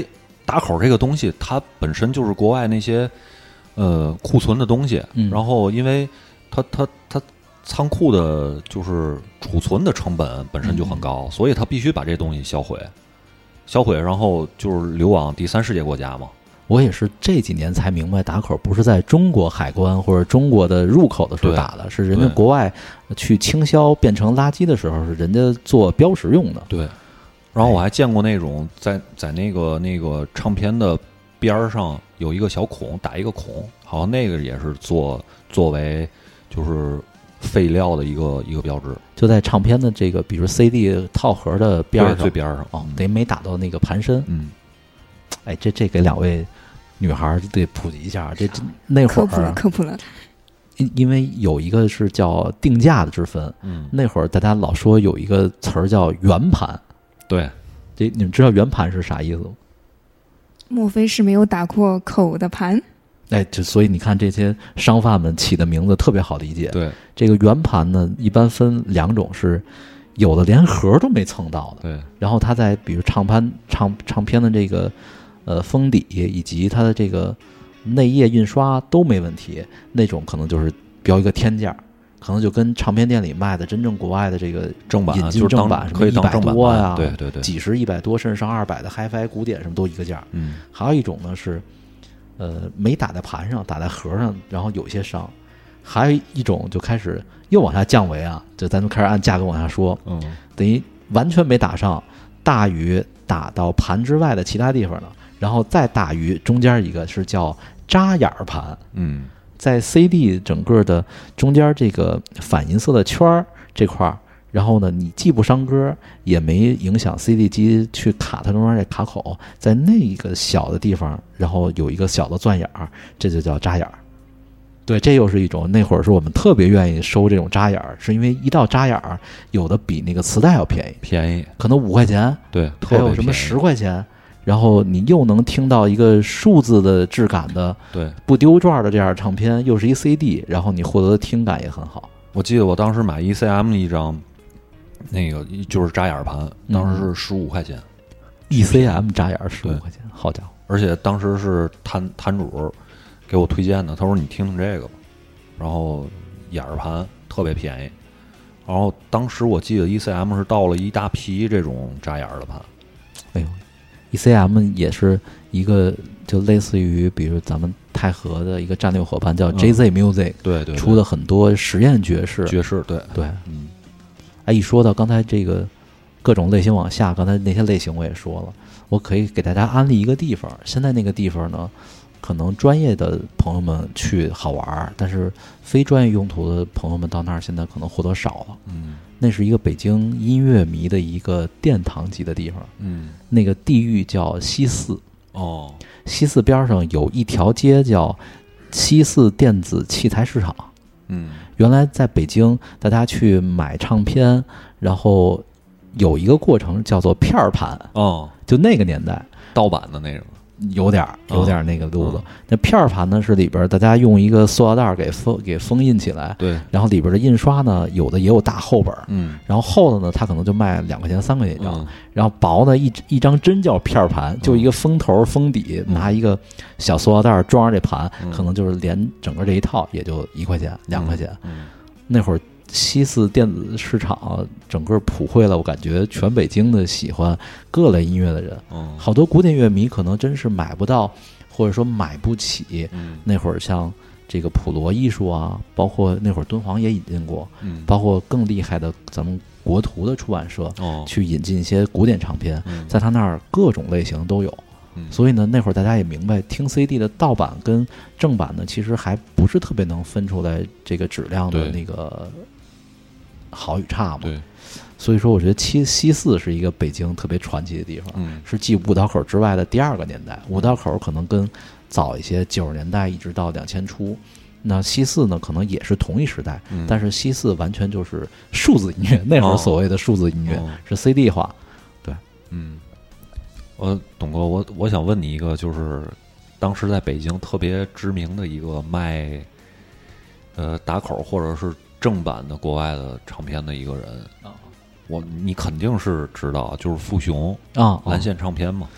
打口这个东西，它本身就是国外那些呃库存的东西， 嗯、 然后因为它它它仓库的就是储存的成本本身就很高， 嗯、 所以它必须把这东西销毁，销毁，然后就是流往第三世界国家嘛。 我也是这几年才明白，打口不是在中国海关或者中国的入口的时候打的，是人家国外去倾销变成垃圾的时候，是人家做标识用的。 对。然后我还见过那种在在那个那个唱片的边上有一个小孔，打一个孔，好像那个也是做作为就是废料的一个一个标志， 就在唱片的这个比如 C D 套盒的边上， 最边上哦，得没打到那个盘身。 嗯， 哎，这这给两位女孩得普及一下，这这那会儿科普了，科普了。 因因为有一个是叫定价的之分， 嗯， 那会儿大家老说有一个词儿叫圆盘。 对， 这你们知道圆盘是啥意思吗？ 莫非是没有打过口的盘？ 哎，就所以你看这些商贩们起的名字特别好理解。 对， 这个圆盘呢，一般分两种，是有的连盒都没蹭到的。 对， 然后它在比如唱片唱唱片的这个呃封底以及它的这个内页印刷都没问题，那种可能就是标一个天价。可能就跟唱片店里卖的真正国外的这个正版引进正版什么一百多呀， 对对对， 几十一百多甚至上二百的 HiFi 古典什么都一个价。 嗯， 还有一种呢是，呃，没打在盘上，打在盒上，然后有些伤。还有一种就开始又往下降维啊，就咱们开始按价格往下说， 嗯， 等于完全没打上，大于打到盘之外的其他地方了，然后再大于中间一个是叫扎眼盘， 嗯。 在 C D 整个的中间这个反银色的圈儿这块儿，然后呢，你既不伤歌，也没影响 C D 机去卡它中间这卡口，在那个小的地方，然后有一个小的钻眼儿，这就叫扎眼儿。对，这又是一种那会儿是我们特别愿意收这种扎眼儿，是因为一到扎眼儿，有的比那个磁带要便宜， 便宜， 可能五块钱， 对， 还有什么十块钱。然后你又能听到一个数字的质感的， 对， 不丢转的这样唱片，又是一 C D， 然后你获得的听感也很好。 我记得我当时买 E C M 一张，那个就是扎眼盘，当时是十五块钱。嗯、 E C M 扎眼十五块钱，好家伙！ 而且当时是摊摊主给我推荐的，他说你听听这个吧，然后眼盘特别便宜。然后当时我记得 E C M 是到了一大批这种扎眼的盘。 哎呦！E C M 也是一个就类似于比如咱们太和的一个战略伙伴叫 J Z Music，、嗯、 对, 对对， 出的很多实验爵士爵士，对对， 嗯， 哎，一说到刚才这个各种类型往下，刚才那些类型我也说了，我可以给大家安利一个地方，现在那个地方呢，可能专业的朋友们去好玩，但是非专业用途的朋友们到那儿现在可能获得少了， 嗯。 那是一个北京音乐迷的一个殿堂级的地方， 嗯， 那个地域叫西四， 哦， 西四边上有一条街叫西四电子器材市场， 嗯， 原来在北京大家去买唱片，然后有一个过程叫做片儿盘， 哦， 就那个年代盗版的那种。 有点有点那个路子、哦嗯、那片儿盘呢是里边大家用一个塑料袋给封给封印起来， 对，然后里边的印刷呢有的也有大厚本， 嗯， 然后厚的呢它可能就卖两块钱三块钱一张、 嗯、 然后薄的一一张真叫片儿盘、嗯、就一个封头封底、嗯、拿一个小塑料袋装上这盘、嗯、可能就是连整个这一套也就一块钱两块钱、 嗯嗯、 那会儿西四电子市场整个普惠了，我感觉全北京的喜欢各类音乐的人， 嗯， 好多古典乐迷可能真是买不到，或者说买不起。 嗯， 那会儿像这个普罗艺术啊，包括那会儿敦煌也引进过， 嗯， 包括更厉害的咱们国图的出版社， 哦， 去引进一些古典唱片， 嗯、 在他那儿各种类型都有。所以呢，那会儿大家也明白，听 C D 的盗版跟正版呢，其实还不是特别能分出来这个质量的那个好与差嘛。 对， 所以说我觉得七西四是一个北京特别传奇的地方， 嗯， 是继五道口之外的第二个年代。五道口可能跟早一些，九十年代一直到两千初。那西四呢，可能也是同一时代， 嗯、 但是西四完全就是数字音乐，那会儿所谓的数字音乐、 哦、 是 C D 化。对， 嗯。我董哥，我我想问你一个，就是当时在北京特别知名的一个卖呃打口或者是正版的国外的唱片的一个人啊，我你肯定是知道，就是富雄啊， 蓝线唱片嘛。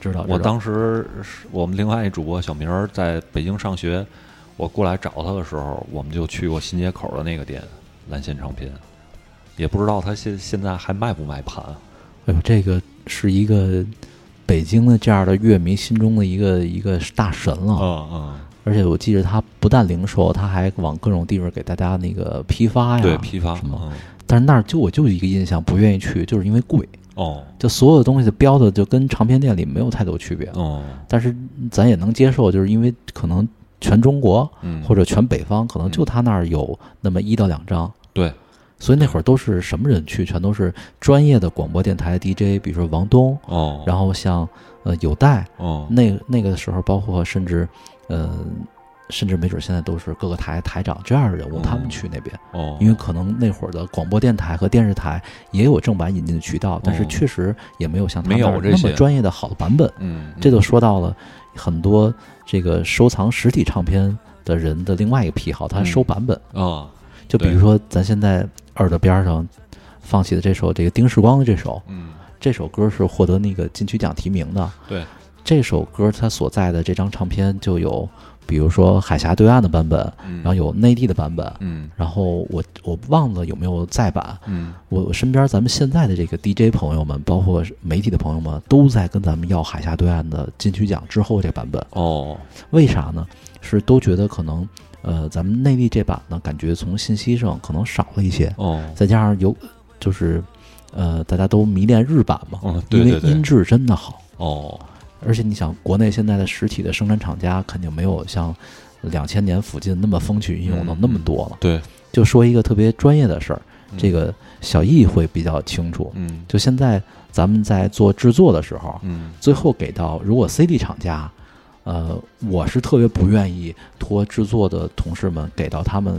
知道。 我当时我们另外一主播小明在北京上学，我过来找他的时候，我们就去过新街口的那个店蓝线唱片，也不知道他现现在还卖不卖盘。 哎呦，这个是一个北京的这样的乐迷心中的一个一个大神了。 嗯嗯。 而且我记得他不但零售，他还往各种地方给大家那个批发呀， 对批发什么。 嗯、 但是那儿就我就一个印象，不愿意去，就是因为贵。 哦， 就所有的东西的标的就跟唱片店里没有太多区别。 哦， 但是咱也能接受，就是因为可能全中国、 嗯、 或者全北方，可能就他那儿有那么一到两张。 对， 所以那会儿都是什么人去？全都是专业的广播电台 D J， 比如说王东。 哦， 然后像呃有代。 哦， 那那个时候包括甚至呃。甚至没准现在都是各个台台长这样的人物，他们去那边， 哦， 因为可能那会儿的广播电台和电视台也有正版引进的渠道，但是确实也没有像他们那么专业的好的版本。 嗯， 这就说到了很多这个收藏实体唱片的人的另外一个癖好，他收版本啊。 就比如说咱现在耳朵边上放起的这首这个丁世光的这首， 嗯， 这首歌是获得那个金曲奖提名的。 对， 这首歌它所在的这张唱片就有。比如说海峡对岸的版本， 嗯、 然后有内地的版本， 嗯， 然后我我忘了有没有再版， 嗯， 我身边咱们现在的这个 D J 朋友们，包括媒体的朋友们，都在跟咱们要海峡对岸的金曲奖之后这个版本。 哦， 为啥呢？是都觉得可能，呃，咱们内地这版呢，感觉从信息上可能少了一些， 哦， 再加上有就是，呃，大家都迷恋日版嘛， 嗯，对对对， 因为音质真的好， 哦。 而且你想，国内现在的实体的生产厂家肯定没有像两千年附近那么风起云涌的那么多了。 嗯、对， 就说一个特别专业的事儿，嗯、这个小易会比较清楚。 嗯， 就现在咱们在做制作的时候， 嗯， 最后给到如果 C D 厂家，呃，我是特别不愿意托制作的同事们给到他们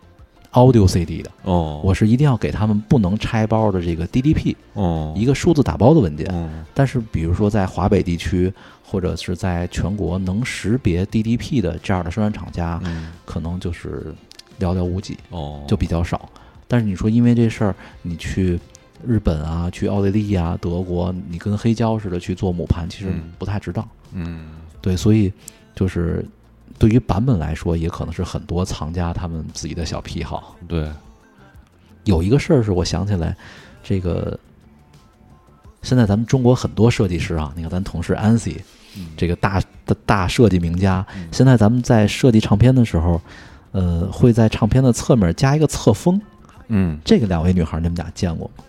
Audio C D 的。 哦， 我是一定要给他们不能拆包的这个 D D P， 哦， 一个数字打包的文件。 嗯， 但是比如说在华北地区或者是在全国能识别 D D P 的这样的生产厂家， 嗯， 可能就是寥寥无几， 哦， 就比较少。但是你说因为这事儿，你去日本啊，去奥地利啊，德国，你跟黑胶似的去做母盘，其实不太值当。 嗯， 对，所以就是对于版本来说，也可能是很多藏家他们自己的小癖好。 对， 有一个事儿是我想起来，这个现在咱们中国很多设计师啊，你看咱同事安 C，嗯、这个大大大设计名家，嗯、现在咱们在设计唱片的时候，呃，会在唱片的侧面加一个侧封。 嗯， 这个两位女孩，你们俩见过吗？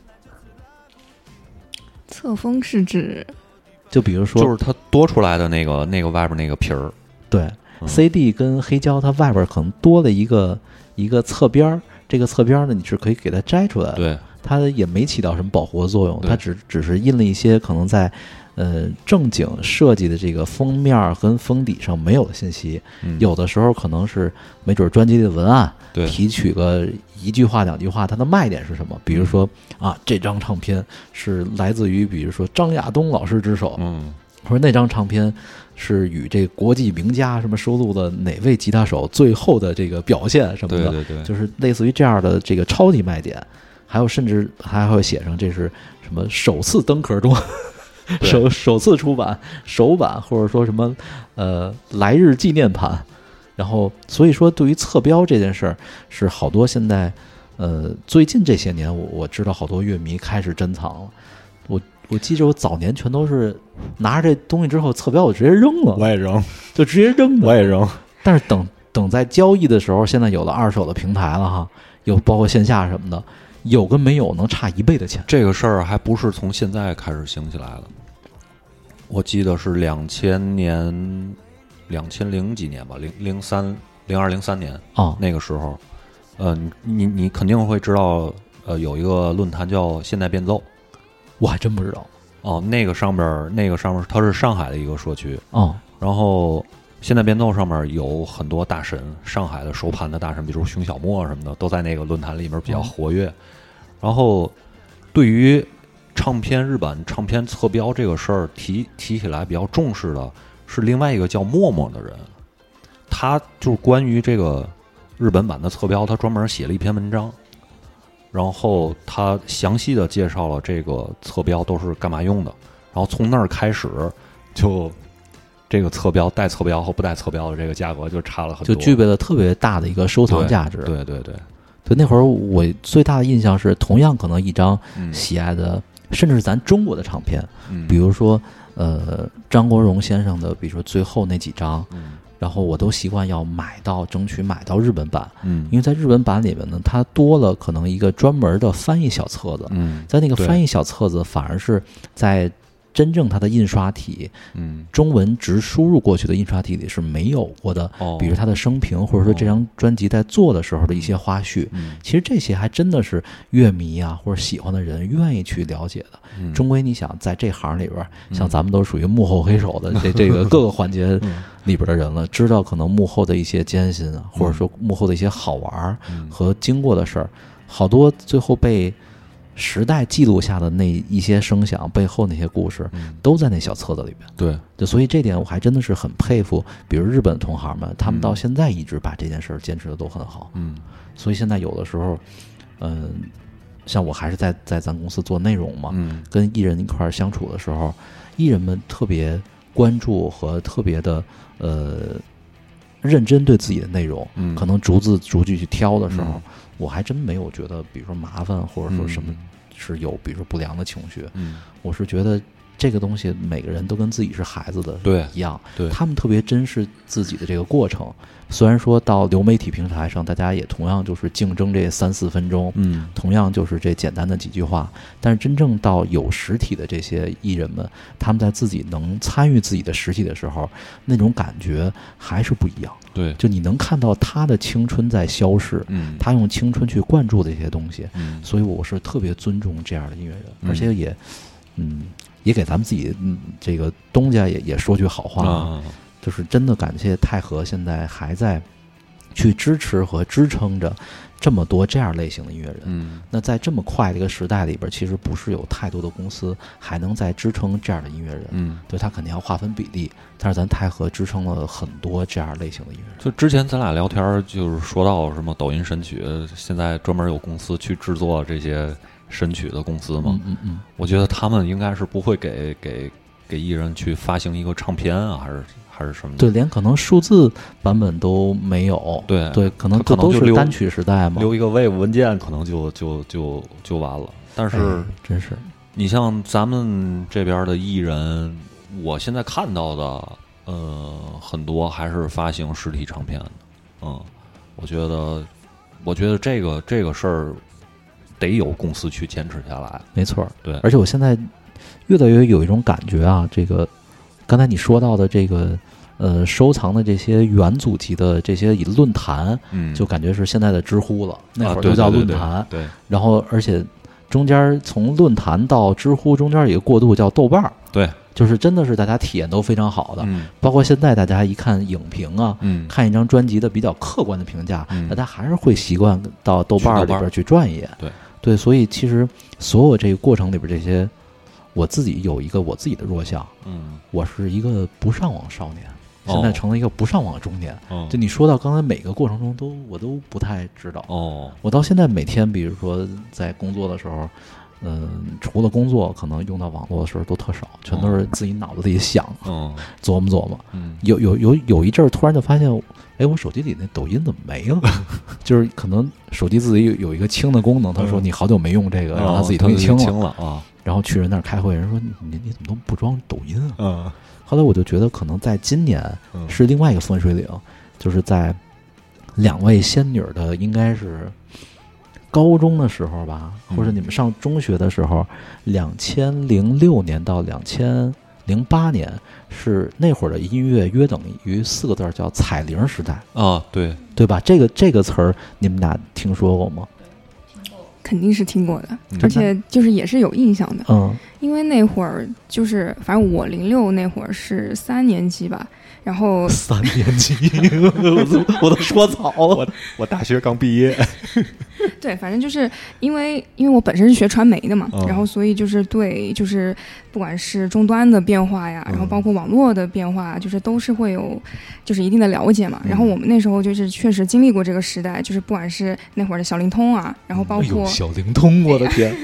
侧封是指， 就比如说， 就是它多出来的那个那个外边那个皮儿。 对、嗯、，C D 跟黑胶，它外边可能多了一个一个侧边儿。这个侧边呢，你是可以给它摘出来的。 对， 它也没起到什么保护的作用，它只只是印了一些可能在呃正经设计的这个封面跟封底上没有的信息。 嗯、 有的时候可能是没准专辑的文案， 对， 提取个一句话两句话，它的卖点是什么？比如说、嗯、啊，这张唱片是来自于比如说张亚东老师之手， 嗯， 或者那张唱片是与这国际名家什么收录的哪位吉他手最后的这个表现什么的， 对对对， 就是类似于这样的这个超级卖点。还有甚至还会写上这是什么首次登壳中首首次出版首版，或者说什么呃来日纪念盘。然后所以说对于侧标这件事儿，是好多现在呃最近这些年我我知道好多乐迷开始珍藏了。我我记着我早年全都是拿着这东西之后侧标我直接扔了， 我也扔， 就直接扔了， 我也扔。 但是等等在交易的时候，现在有了二手的平台了哈，有包括线下什么的，有跟没有能差一倍的钱。 这个事儿还不是从现在开始兴起来的，我记得是两千年，两千零几年吧，零零三零二零三年啊、哦， 那个时候，呃，你你肯定会知道，呃，有一个论坛叫现代变奏， 我还真不知道。 哦，那个上边那个上面它是上海的一个社区哦， 然后现代变奏上面有很多大神，上海的收盘的大神，比如熊小莫什么的，都在那个论坛里面比较活跃。哦、然后对于唱片日版唱片侧标这个事儿提提起来比较重视的是另外一个叫默默的人，他就是关于这个日本版的侧标，他专门写了一篇文章，然后他详细的介绍了这个侧标都是干嘛用的，然后从那儿开始就这个侧标带侧标和不带侧标的这个价格就差了很多， 就具备了特别大的一个收藏价值。 对对对对，那会儿我最大的印象是，同样可能一张喜爱的，嗯、甚至是咱中国的唱片， 嗯、 比如说呃张国荣先生的，比如说最后那几张。嗯，然后我都习惯要买到，争取买到日本版， 嗯， 因为在日本版里面呢，它多了可能一个专门的翻译小册子， 嗯， 在那个翻译小册子反而是在真正它的印刷体， 嗯， 中文直输入过去的印刷体里是没有过的， 哦， 比如它的生平，或者说这张专辑在做的时候的一些花絮， 嗯， 其实这些还真的是乐迷啊或者喜欢的人愿意去了解的。 嗯， 终归你想在这行里边，像咱们都属于幕后黑手的这这个各个环节里边的人了，知道可能幕后的一些艰辛啊，或者说幕后的一些好玩和经过的事儿，好多最后被时代记录下的那一些声响背后那些故事，都在那小册子里边。 对， 就所以这点我还真的是很佩服，比如日本同行们，他们到现在一直把这件事儿坚持的都很好。 嗯， 所以现在有的时候，嗯。像我还是在在咱公司做内容嘛， 嗯， 跟艺人一块儿相处的时候，艺人们特别关注和特别的呃认真对自己的内容， 嗯， 可能逐字逐句去挑的时候， 嗯、 我还真没有觉得，比如说麻烦或者说什么是有，比如说不良的情绪， 嗯， 我是觉得这个东西每个人都跟自己是孩子的对一样， 对， 他们特别珍视自己的这个过程。虽然说到流媒体平台上，大家也同样就是竞争这三四分钟， 嗯， 同样就是这简单的几句话，但是真正到有实体的这些艺人们，他们在自己能参与自己的实体的时候，那种感觉还是不一样。 对， 就你能看到他的青春在消逝， 嗯， 他用青春去灌注这些东西， 嗯， 所以我是特别尊重这样的音乐人，而且也，嗯，也给咱们自己，嗯，这个东家也也说句好话啊。嗯，就是真的感谢太和现在还在去支持和支撑着这么多这样类型的音乐人。 嗯， 那在这么快的一个时代里边，其实不是有太多的公司还能再支撑这样的音乐人。 嗯， 对，他肯定要划分比例，但是咱太和支撑了很多这样类型的音乐人。 就之前咱俩聊天就是说到什么抖音神曲，现在专门有公司去制作这些神曲的公司嘛。 嗯嗯嗯， 我觉得他们应该是不会给给给艺人去发行一个唱片啊，还是还是什么的？ 对，连可能数字版本都没有。 对对，可能这都是单曲时代嘛， 留一个 Wave 文件，可能就就就就完了。但是、 哎、真是， 你像咱们这边的艺人，我现在看到的，呃，很多还是发行实体唱片的。嗯，我觉得，我觉得这个这个事儿得有公司去坚持下来。 没错， 对。 而且我现在越来越有一种感觉啊，这个刚才你说到的这个呃收藏的这些元祖级的这些论坛， 嗯， 就感觉是现在的知乎了，那会儿都叫论坛。 啊、对, 对, 对, 对, 对。 然后，而且中间从论坛到知乎中间有一个过渡叫豆瓣儿。 对。 就是真的是大家体验都非常好的， 嗯， 包括现在大家一看影评啊， 嗯， 看一张专辑的比较客观的评价， 嗯， 大家还是会习惯到豆瓣里边去转一眼， 对对，所以其实所有这个过程里边这些，我自己有一个我自己的弱项， 嗯， 我是一个不上网少年，现在成了一个不上网中年， 哦， 就你说到刚才每个过程中都我都不太知道， 哦， 我到现在每天比如说在工作的时候。嗯，除了工作，可能用到网络的时候都特少，全都是自己脑子里想， 嗯， 琢磨琢磨。 嗯， 有有有有一阵儿，突然就发现，哎，我手机里那抖音怎么没了？就是可能手机自己有有一个清的功能，他说你好久没用这个， 嗯、 让他自己东西清了、 清了啊。 然后去人那儿开会，人说你你怎么都不装抖音啊？ 嗯。 后来我就觉得，可能在今年是另外一个分水岭，嗯、就是在两位仙女的应该是。高中的时候吧，或者你们上中学的时候，两千零六年到两千零八年是那会儿的音乐约等于四个字叫彩铃时代啊，对对吧？这个这个词儿你们俩听说过吗？ 肯定是听过的，嗯、而且就是也是有印象的。 嗯， 因为那会儿就是反正我零六那会儿是三年级吧。然后三年级，我都我都说早了， 我我大学刚毕业。 对，反正就是因为因为我本身是学传媒的嘛， 嗯、 然后所以就是对就是不管是终端的变化呀， 嗯、 然后包括网络的变化，就是都是会有就是一定的了解嘛。 嗯、 然后我们那时候就是确实经历过这个时代，就是不管是那会儿的小灵通啊，然后包括、 哎、小灵通，我的天。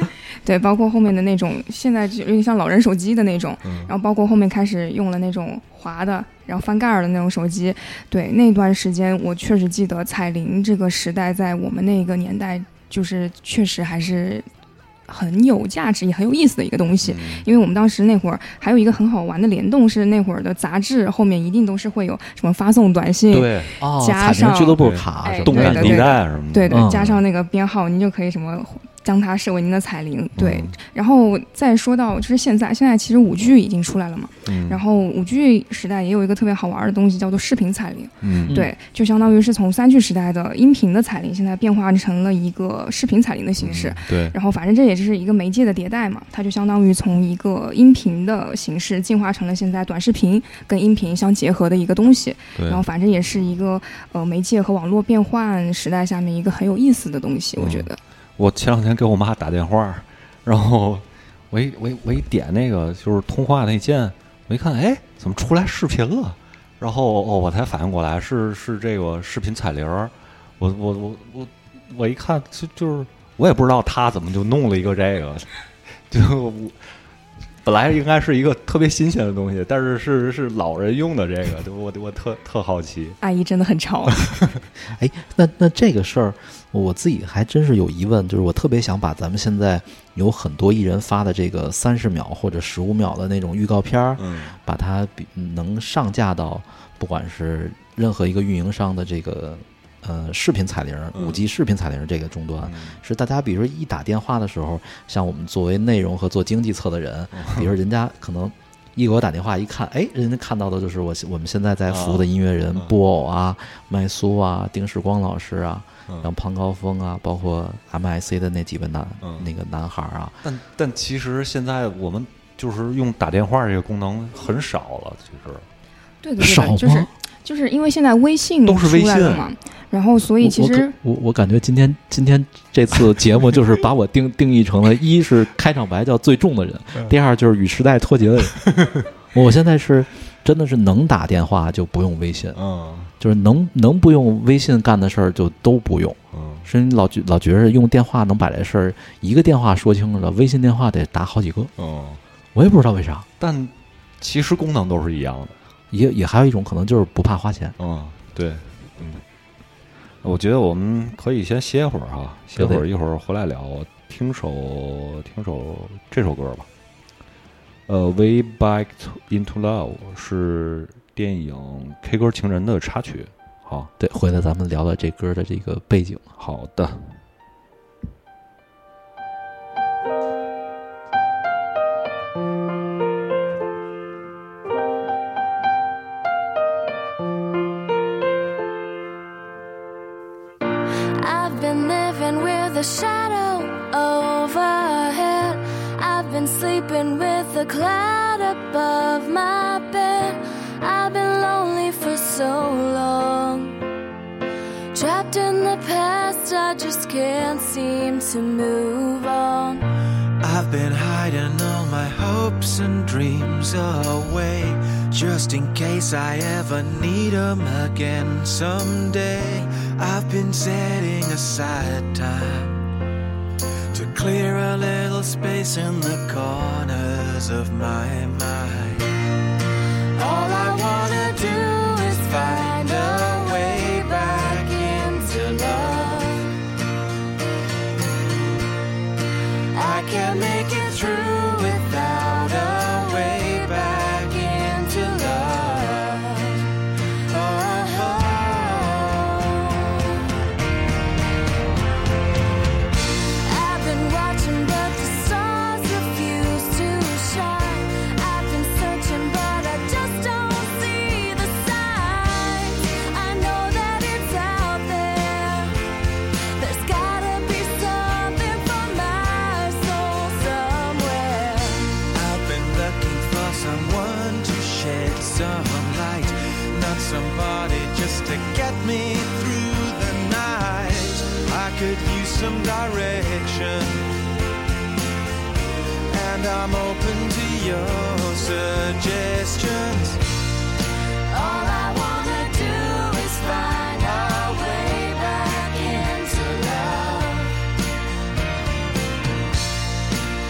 对，包括后面的那种，现在就有点像老人手机的那种， 嗯、 然后包括后面开始用了那种滑的，然后翻盖儿的那种手机。对，那段时间我确实记得彩铃这个时代，在我们那个年代，就是确实还是很有价值也很有意思的一个东西。 嗯、 因为我们当时那会儿还有一个很好玩的联动，是那会儿的杂志后面一定都是会有什么发送短信， 对， 加上、 哦、俱乐部卡、 哎、 动感地带什么的， 对对， 嗯、 加上那个编号，您就可以什么将它设为您的彩铃。对、嗯、然后再说到就是现在现在其实五 G 已经出来了嘛、嗯、然后五 G 时代也有一个特别好玩的东西叫做视频彩铃。 嗯， 对，就相当于是从三 G 时代的音频的彩铃现在变化成了一个视频彩铃的形式、嗯、 对， 然后反正这也是一个媒介的迭代嘛，它就相当于从一个音频的形式进化成了现在短视频跟音频相结合的一个东西。然后反正也是一个呃媒介和网络变换时代下面一个很有意思的东西、嗯、我觉得。 我前两天给我妈打电话，然后我一我一我一点那个就是通话那键，我一看，哎，怎么出来视频了？然后哦，我才反应过来是是这个视频彩铃。我我我我我一看就就是我也不知道他怎么就弄了一个这个，就我本来应该是一个特别新鲜的东西，但是是是老人用的这个，我我特特好奇。 阿姨真的很潮。 哎，那那这个事儿。我自己还真是有疑问，就是我特别想把咱们现在有很多艺人发的这个三十秒或者十五秒的那种预告片儿，嗯，把它比能上架到不管是任何一个运营商的这个呃视频彩铃、五 G 视频彩铃这个终端，嗯、是大家比如说一打电话的时候，像我们作为内容和做经济侧的人，嗯、比如说人家可能一给我打电话一看，哎，人家看到的就是我我们现在在服务的音乐人、啊、布偶啊、麦苏啊、丁世光老师啊。然后庞高峰啊，包括 M I C 的那几位男、嗯、那个男孩啊， 但但其实现在我们就是用打电话这个功能很少了，其实。 对对对，少吗？就是就是因为现在微信都是微信嘛，然后所以其实我我, 我感觉今天今天这次节目就是把我定定义成了一是开场白叫最重的人，第二就是与时代脱节的人。我现在是真的是能打电话就不用微信，嗯。就是能能不用微信干的事儿就都不用，嗯，所以你老觉老觉着用电话能把这事儿一个电话说清楚了，微信电话得打好几个， 哦， 我也不知道为啥， 但其实功能都是一样的， 也也还有一种可能就是不怕花钱， 嗯，对，嗯，我觉得我们可以先歇会儿哈，歇会儿一会儿回来聊，听首听首这首歌吧，呃 ，Way Back Into Love 是电影《K 歌情人》的插曲。好， 对，回来咱们聊聊这歌的这个背景。 好的。 I've been living with a shadow overhead. I've been sleeping with a cloud above my bed. I've been lonely for so long, trapped in the past, I just can't seem to move on. I've been hiding all my hopes and dreams away, just in case I ever need them again someday. I've been setting aside time to clear a little space in the corners of my mind. All I wanna do is find a way back into love. I can't make it through without a way back into love. Oh, oh. I've been watching but the stars refuse to shine. I've been searching but I just don't see the signs. I know that it's out there. There's gotta be something for my soul somewhere. I've been looking for someone to shed some light, not somebody just to get me through the night. I could use some direction, and I'm open to your suggestions. All I wanna do is find our way back into love.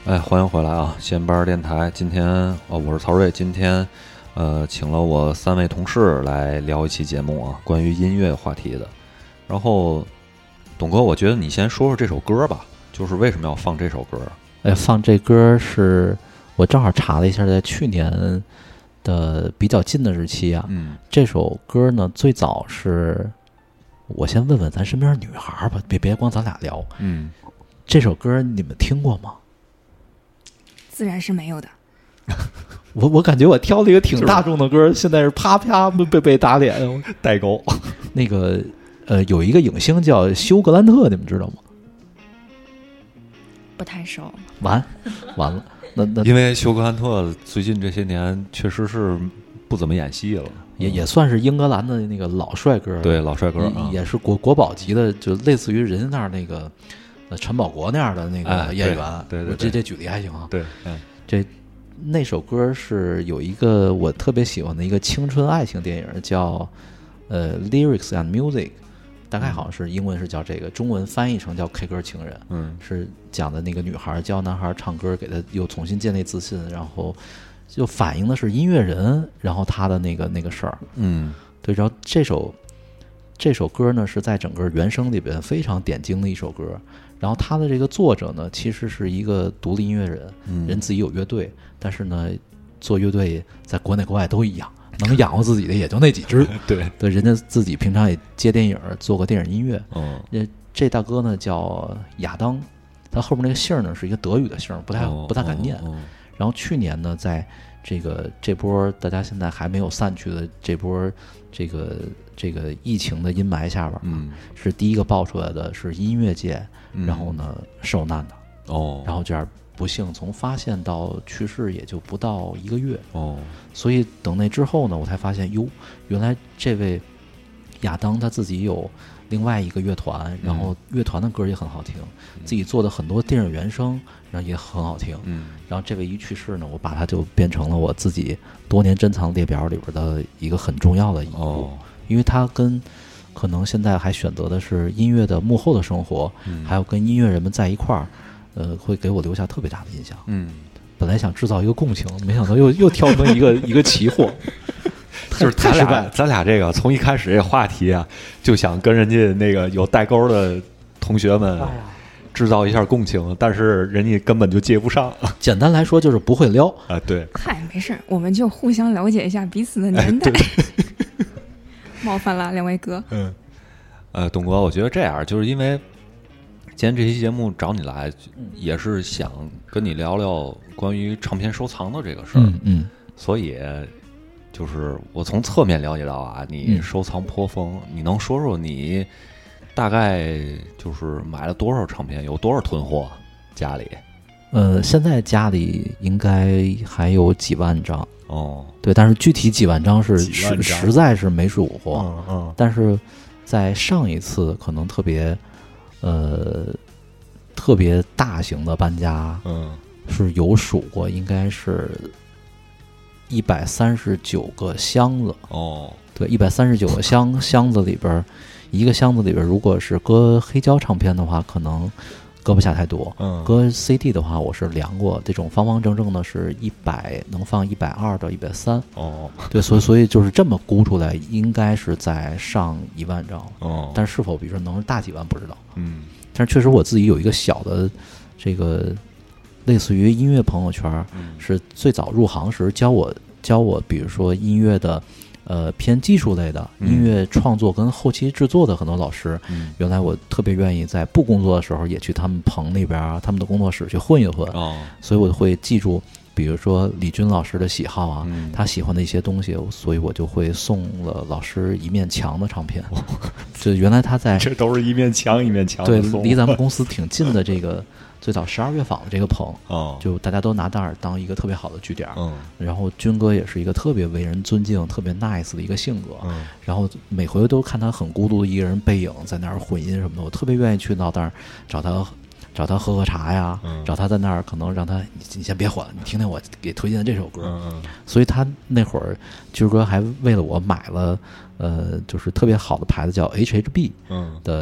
哎，欢迎回来啊！闲班电台，今天哦，我是曹睿，今天呃，请了我三位同事来聊一期节目啊，关于音乐话题的。然后，董哥，我觉得你先说说这首歌吧，就是为什么要放这首歌？ 哎，放这歌是我正好查了一下，在去年的比较近的日期啊， 嗯， 这首歌呢最早是，我先问问咱身边的女孩吧，别别光咱俩聊， 嗯， 这首歌你们听过吗？ 自然是没有的。 我我感觉我挑了一个挺大众的歌，现在是啪啪被被打脸， 代沟。 那个呃，有一个影星叫休格兰特，你们知道吗？ 不太熟。 完完了，那那因为休格兰特最近这些年确实是不怎么演戏了， 也也算是英格兰的那个老帅哥， 对老帅哥、啊， 也是国国宝级的，就类似于人家那儿那个。呃，陈宝国那样的那个演员， 哎、对 对, 对, 对，这这举例还行啊。 对，嗯， 这那首歌是有一个我特别喜欢的一个青春爱情电影，叫呃《Lyrics and Music》，大概好像是英文是叫这个，中文翻译成叫《K 歌情人》。 嗯， 是讲的那个女孩教男孩唱歌，给他又重新建立自信，然后就反映的是音乐人，然后他的那个那个事儿。 嗯， 对，然后这首这首歌呢是在整个原声里边非常点睛的一首歌。然后他的这个作者呢，其实是一个独立音乐人， 嗯、 人自己有乐队，但是呢，做乐队在国内国外都一样，能养活自己的也就那几支。 对对，人家自己平常也接电影，做个电影音乐。 嗯， 这大哥呢叫亚当，他后面那个姓呢是一个德语的姓，不太、哦、不太敢念。 哦哦、 然后去年呢，在这个这波大家现在还没有散去的这波这个这个疫情的阴霾下边， 嗯， 是第一个爆出来的是音乐界。然后呢，受难的哦， 然后这样不幸从发现到去世也就不到一个月哦， 所以等那之后呢，我才发现哟，原来这位亚当他自己有另外一个乐团，然后乐团的歌也很好听，嗯、自己做的很多电影原声，然后也很好听。 嗯， 然后这位一去世呢，我把他就变成了我自己多年珍藏列表里边的一个很重要的一步， 哦、 因为他跟。可能现在还选择的是音乐的幕后的生活， 嗯、 还有跟音乐人们在一块儿，呃，会给我留下特别大的印象。 嗯， 本来想制造一个共情，没想到又又跳成一个一个奇货， 就是咱俩咱俩这个从一开始这个话题啊，就想跟人家那个有代沟的同学们制造一下共情，但是人家根本就接不上。 简单来说就是不会撩啊，对。 嗨，没事，我们就互相了解一下彼此的年代。哎冒犯了两位哥。 嗯，呃，董哥，我觉得这样，就是因为今天这期节目找你来，也是想跟你聊聊关于唱片收藏的这个事儿。 嗯嗯， 所以就是我从侧面了解到啊，你收藏颇丰，嗯、你能说说你大概就是买了多少唱片，有多少囤货家里？ 呃，现在家里应该还有几万张。 哦， 对，但是具体几万张是实实在是没数过。 嗯嗯。 但是在上一次可能特别呃特别大型的搬家， 嗯， 是有数过，应该是一百三十九个箱子。 哦， 对，一百三十九个箱箱子里边，一个箱子里边如果是搁黑胶唱片的话，可能。搁不下太多， 嗯， 搁 C D 的话，我是量过，这种方方正正的是一百，能放一百二到一百三， 哦， 对，所以所以就是这么估出来，应该是在上一万张， 哦， 但是否比如说能大几万不知道， 嗯， 但是确实我自己有一个小的这个类似于音乐朋友圈， 嗯、 是最早入行时教我教我，比如说音乐的。呃，偏技术类的音乐创作跟后期制作的很多老师， 嗯、 原来我特别愿意在不工作的时候也去他们棚那边啊，他们的工作室去混一混， 哦， 所以我会记住，比如说李军老师的喜好啊， 嗯、 他喜欢的一些东西，所以我就会送了老师一面墙的唱片。就原来他在这都是一面墙一面墙， 对，离咱们公司挺近的这个。最早十二乐坊的这个棚， 哦， 就大家都拿那儿当一个特别好的据点， 嗯， 然后军哥也是一个特别为人尊敬、特别 nice 的一个性格， 嗯， 然后每回都看他很孤独的一个人背影在那儿混音什么的，我特别愿意去到那儿找他，找他喝喝茶呀， 嗯、 找他在那儿可能让他你你先别缓，你听听我给推荐的这首歌， 嗯嗯， 所以他那会儿军哥还为了我买了呃，就是特别好的牌子叫 H H B 的。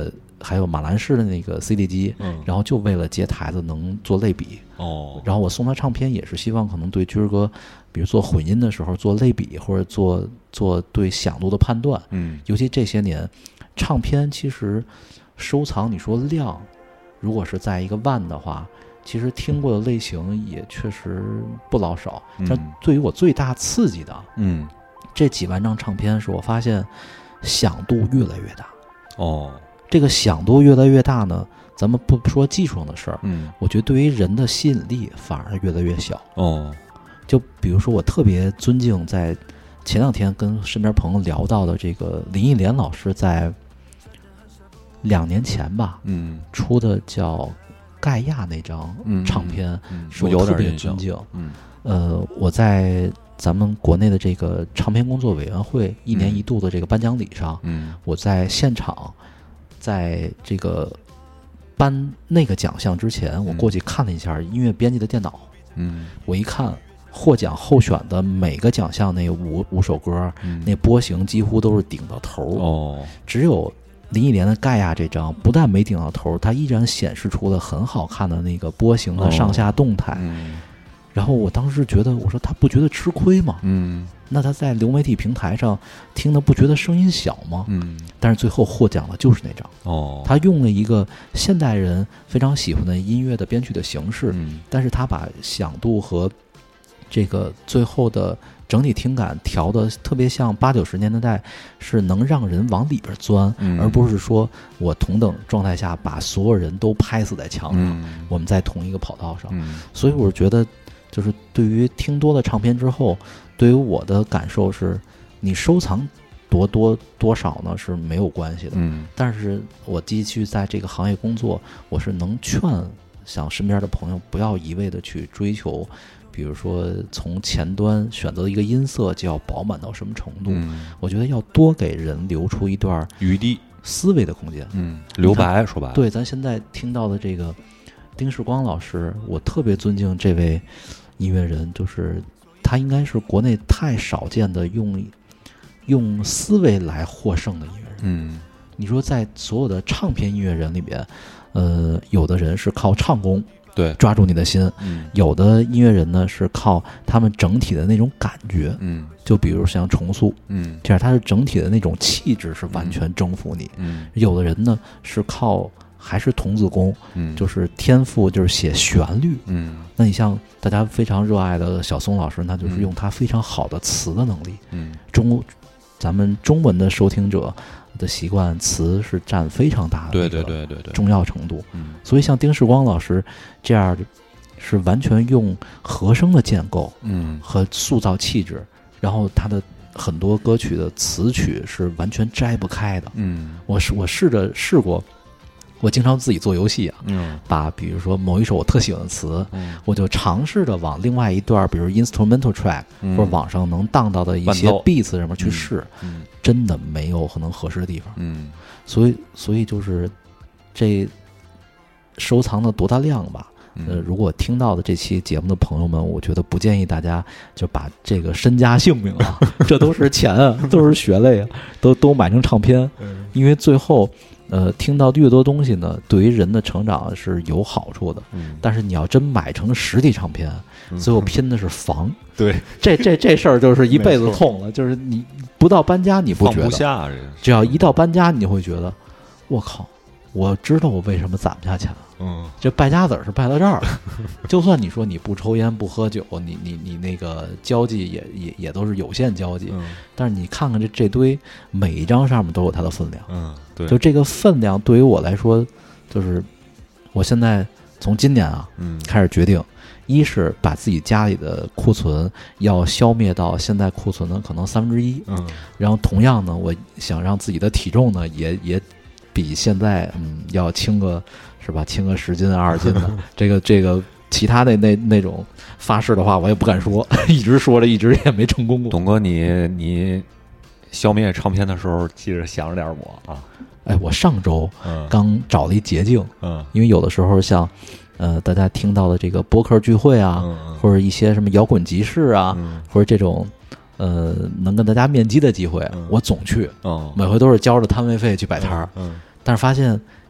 还有马兰士的那个 C D 机， 嗯， 然后就为了接台子能做类比哦。 然后我送他唱片也是希望可能对军歌，比如做混音的时候做类比，或者做做对响度的判断。 嗯， 尤其这些年，唱片其实收藏，你说量，如果是在一个万的话，其实听过的类型也确实不老少。但对于我最大刺激的， 嗯， 这几万张唱片是我发现响度越来越大。 哦， 这个响度越来越大呢，咱们不说技术上的事儿， 嗯， 我觉得对于人的吸引力反而越来越小。 哦， 就比如说我特别尊敬，在前两天跟身边朋友聊到的这个林忆莲老师在两年前吧， 嗯， 出的叫盖亚那张唱片， 嗯嗯、 是我特别尊敬。 嗯， 呃，我在咱们国内的这个唱片工作委员会一年一度的这个颁奖礼上， 嗯， 我在现场，在这个颁那个奖项之前，我过去看了一下音乐编辑的电脑， 嗯， 我一看获奖候选的每个奖项那五五首歌， 嗯、 那波形几乎都是顶到头哦， 只有林忆莲的盖亚这张不但没顶到头，它依然显示出了很好看的那个波形的上下动态。 哦嗯、 然后我当时觉得，我说他不觉得吃亏吗？ 嗯， 那他在流媒体平台上听的不觉得声音小吗？ 嗯， 但是最后获奖的就是那张。 哦， 他用了一个现代人非常喜欢的音乐的编曲的形式， 嗯、 但是他把响度和这个最后的整体听感调的特别像八九十年代，是能让人往里边钻， 嗯、 而不是说我同等状态下把所有人都拍死在墙上， 嗯、 我们在同一个跑道上。 嗯、 所以我觉得，就是对于听多了唱片之后，对于我的感受是，你收藏多多多少呢是没有关系的。 嗯， 但是我继续在这个行业工作，我是能劝像身边的朋友不要一味的去追求。比如说，从前端选择一个音色就要饱满到什么程度？ 嗯、 我觉得要多给人留出一段余地、 思维的空间。 嗯，留白说白了。 对，咱现在听到的这个丁世光老师，我特别尊敬这位音乐人，就是他应该是国内太少见的用用思维来获胜的音乐人。 嗯， 你说在所有的唱片音乐人里边，呃，有的人是靠唱功。 对， 抓住你的心。 嗯， 有的音乐人呢是靠他们整体的那种感觉。 嗯， 就比如像重塑， 嗯， 这样他是整体的那种气质是完全征服你。 嗯， 有的人呢是靠还是童子功， 嗯， 就是天赋，就是写旋律。 嗯， 那你像大家非常热爱的小松老师，那就是用他非常好的词的能力。 嗯， 中咱们中文的收听者的习惯，词是占非常大的对对对对对重要程度。 嗯， 所以像丁世光老师这样，是完全用和声的建构， 嗯， 和塑造气质，然后他的很多歌曲的词曲是完全摘不开的。 嗯， 我是我试着试过。我经常自己做游戏啊， 嗯， 把比如说某一首我特喜欢的词， 嗯， 我就尝试着往另外一段，比如 instrumental track、 嗯、 或者网上能当到的一些 beats 什么去试， 嗯，嗯真的没有可能合适的地方， 嗯， 所以所以就是这收藏的多大量吧。呃，如果听到的这期节目的朋友们，我觉得不建议大家就把这个身家性命啊，这都是钱啊，都是血泪啊，都都买成唱片，因为最后。呃，听到越多东西呢，对于人的成长是有好处的。 嗯， 但是你要真买成实体唱片， 嗯、 最后拼的是房。 对， 这这这事儿就是一辈子痛了。就是你不到搬家你不觉得， 放不下这个， 只要一到搬家，你会觉得，我靠，我知道我为什么攒不下钱了。 嗯， 这败家子儿是败到这儿了。就算你说你不抽烟不喝酒，你你你那个交际也也也都是有限交际， 嗯， 但是你看看这这堆，每一张上面都有它的分量。 嗯，对， 就这个分量对于我来说，就是我现在从今年啊， 嗯， 开始决定，一是把自己家里的库存要消灭到现在库存的可能三分之一， 嗯， 然后同样呢，我想让自己的体重呢也也比现在嗯要轻个。是吧？轻个十斤二十斤的，这个这个其他的那那种发誓的话，我也不敢说，一直说着，一直也没成功过。 董哥，你你消灭唱片的时候，记着想着点我啊！ 哎，我上周刚找了一捷径， 嗯， 因为有的时候像呃大家听到的这个播客聚会啊， 嗯、 或者一些什么摇滚集市啊， 嗯、 或者这种呃能跟大家面基的机会， 嗯、 我总去， 哦， 每回都是交着摊位费去摆摊儿， 嗯， 但是发现。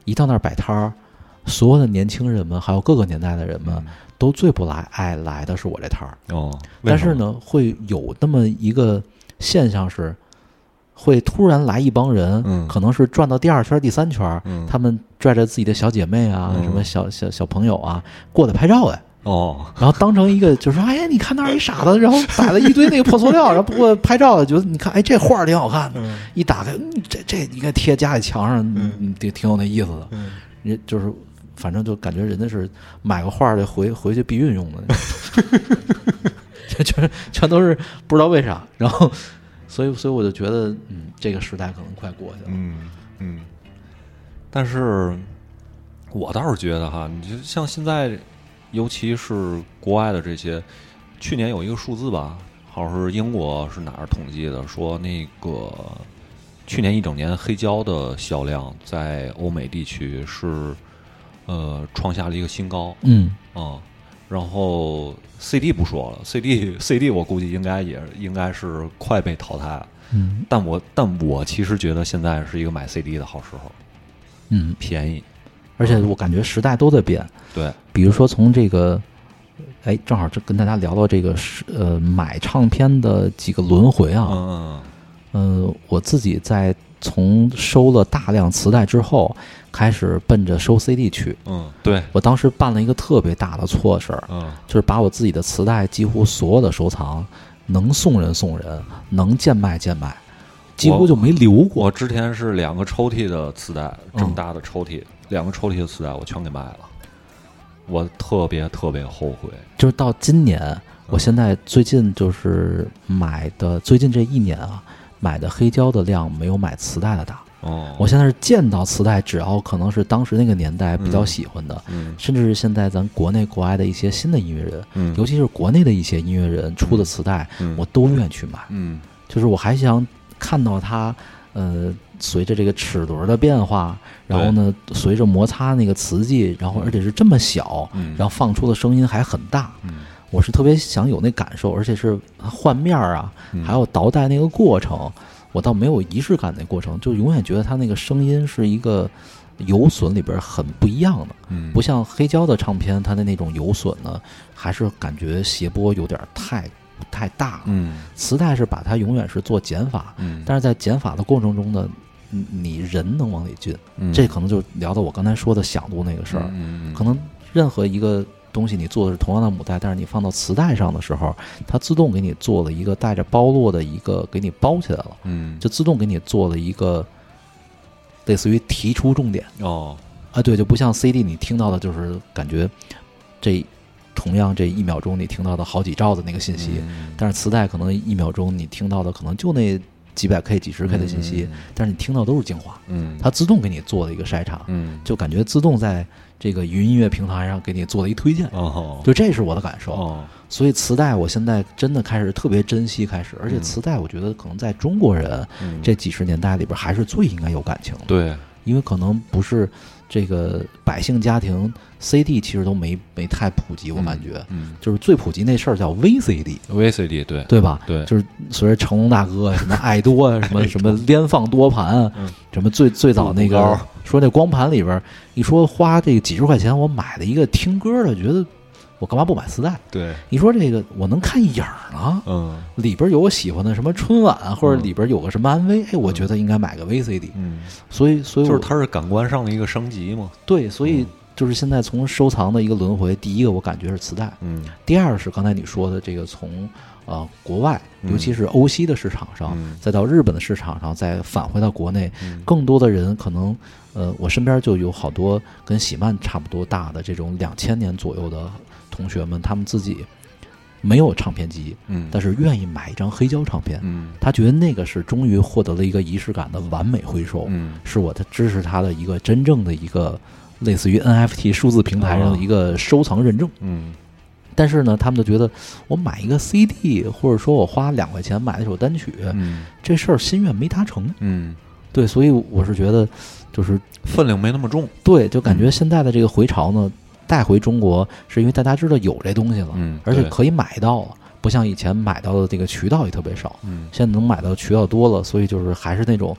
一到那儿摆摊儿，所有的年轻人们还有各个年代的人们、嗯、都最不来爱来的是我这摊儿哦。 但是呢，会有那么一个现象是，会突然来一帮人， 嗯， 可能是转到第二圈、第三圈， 嗯， 他们拽着自己的小姐妹啊， 嗯、 什么小小小朋友啊，过来拍照来。 哦， 然后当成一个就是说，哎呀，你看那儿一傻子，然后摆了一堆那个破塑料，然后不过拍照的觉得你看，哎，这画挺好看的，嗯、一打开，嗯、这这应该贴家里墙上，嗯，挺挺有那意思的。嗯，人就是反正就感觉人家是买个画的回回去避孕用的，这全全都是不知道为啥。然后，所以所以我就觉得，嗯，这个时代可能快过去了。 嗯嗯，但是我倒是觉得哈，你就像现在。尤其是国外的这些，去年有一个数字吧，好像是英国是哪儿统计的，说那个去年一整年黑胶的销量在欧美地区是呃创下了一个新高。 嗯啊、嗯，然后 C D 不说了 ，C D C D 我估计应该也应该是快被淘汰了。 嗯， 但我但我其实觉得现在是一个买 C D 的好时候。 嗯， 便宜。 而且我感觉时代都在变， 对， 比如说从这个，哎，正好这跟大家聊到这个是呃买唱片的几个轮回啊， 嗯嗯，呃，我自己在从收了大量磁带之后，开始奔着收 C D 去， 嗯，对， 我当时办了一个特别大的错事儿， 嗯， 就是把我自己的磁带几乎所有的收藏，能送人送人，能贱卖贱卖。几乎就没留过。 我之前是两个抽屉的磁带，这么大的抽屉，嗯、两个抽屉的磁带我全给卖了，我特别特别后悔。 就是到今年，嗯、我现在最近就是买的，最近这一年啊，买的黑胶的量没有买磁带的大。 哦， 我现在是见到磁带，只要可能是当时那个年代比较喜欢的， 嗯、 甚至是现在咱国内国外的一些新的音乐人， 嗯、 尤其是国内的一些音乐人出的磁带， 嗯、 我都愿意去买。 嗯， 就是我还想看到它，呃，随着这个齿轮的变化，然后呢，随着摩擦那个磁剂，然后而且是这么小， 嗯、 然后放出的声音还很大。 嗯， 我是特别想有那感受，而且是换面啊， 嗯、 还有倒带那个过程。我倒没有仪式感那过程，就永远觉得它那个声音是一个有损里边很不一样的， 嗯， 不像黑胶的唱片，它的那种有损呢，还是感觉谐波有点太太大了。 嗯， 磁带是把它永远是做减法， 嗯， 但是在减法的过程中呢，你人能往里进， 嗯， 这可能就聊到我刚才说的响度那个事儿， 嗯， 可能任何一个东西你做的是同样的母带，但是你放到磁带上的时候，它自动给你做了一个带着包络的一个，给你包起来了， 嗯， 就自动给你做了一个类似于提出重点。 哦， 啊，对，就不像 C D 你听到的就是感觉这同样这一秒钟你听到的好几兆的那个信息， 嗯、 但是磁带可能一秒钟你听到的可能就那几百 K 几十 K 的信息， 嗯、 但是你听到都是精华， 嗯， 它自动给你做了一个筛查， 嗯， 就感觉自动在这个云音乐平台上给你做了一推荐， 哦， 就这是我的感受。 哦， 所以磁带我现在真的开始特别珍惜，开始，而且磁带我觉得可能在中国人这几十年代里边还是最应该有感情的， 对， 因为可能不是这个百姓家庭 C D 其实都没没太普及，我感觉， 嗯，嗯就是最普及那事儿叫 V C D，V C D 对对吧？ 对， 就是随着成龙大哥什么爱多啊，什么什么连放多盘， 嗯， 什么最最早那个说那光盘里边，一说花这个几十块钱，我买了一个听歌的，觉得我干嘛不买磁带？ 对， 你说这个我能看影儿呢， 嗯， 里边有我喜欢的什么春晚，或者里边有个什么 M V， 哎，我觉得应该买个 V C D， 嗯， 所以所以就是它是感官上的一个升级嘛， 对，所以就是现在从收藏的一个轮回，第一个我感觉是磁带， 嗯， 第二是刚才你说的这个从呃国外，尤其是欧西的市场上， 嗯、 再到日本的市场上，再返回到国内， 嗯、 更多的人可能呃，我身边就有好多跟喜曼差不多大的这种两千年左右的同学们，他们自己没有唱片机， 嗯， 但是愿意买一张黑胶唱片， 嗯， 他觉得那个是终于获得了一个仪式感的完美回收， 嗯， 是我的支持他的一个真正的一个类似于 N F T 数字平台上的一个收藏认证， 嗯， 但是呢，他们就觉得我买一个 C D， 或者说我花两块钱买一首单曲， 嗯， 这事儿心愿没达成， 嗯， 对，所以我是觉得就是分量没那么重， 对，就感觉现在的这个回潮呢，带回中国是因为大家知道有这东西了， 嗯， 而且可以买到了，不像以前买到的这个渠道也特别少， 嗯， 现在能买到渠道多了，所以就是还是那种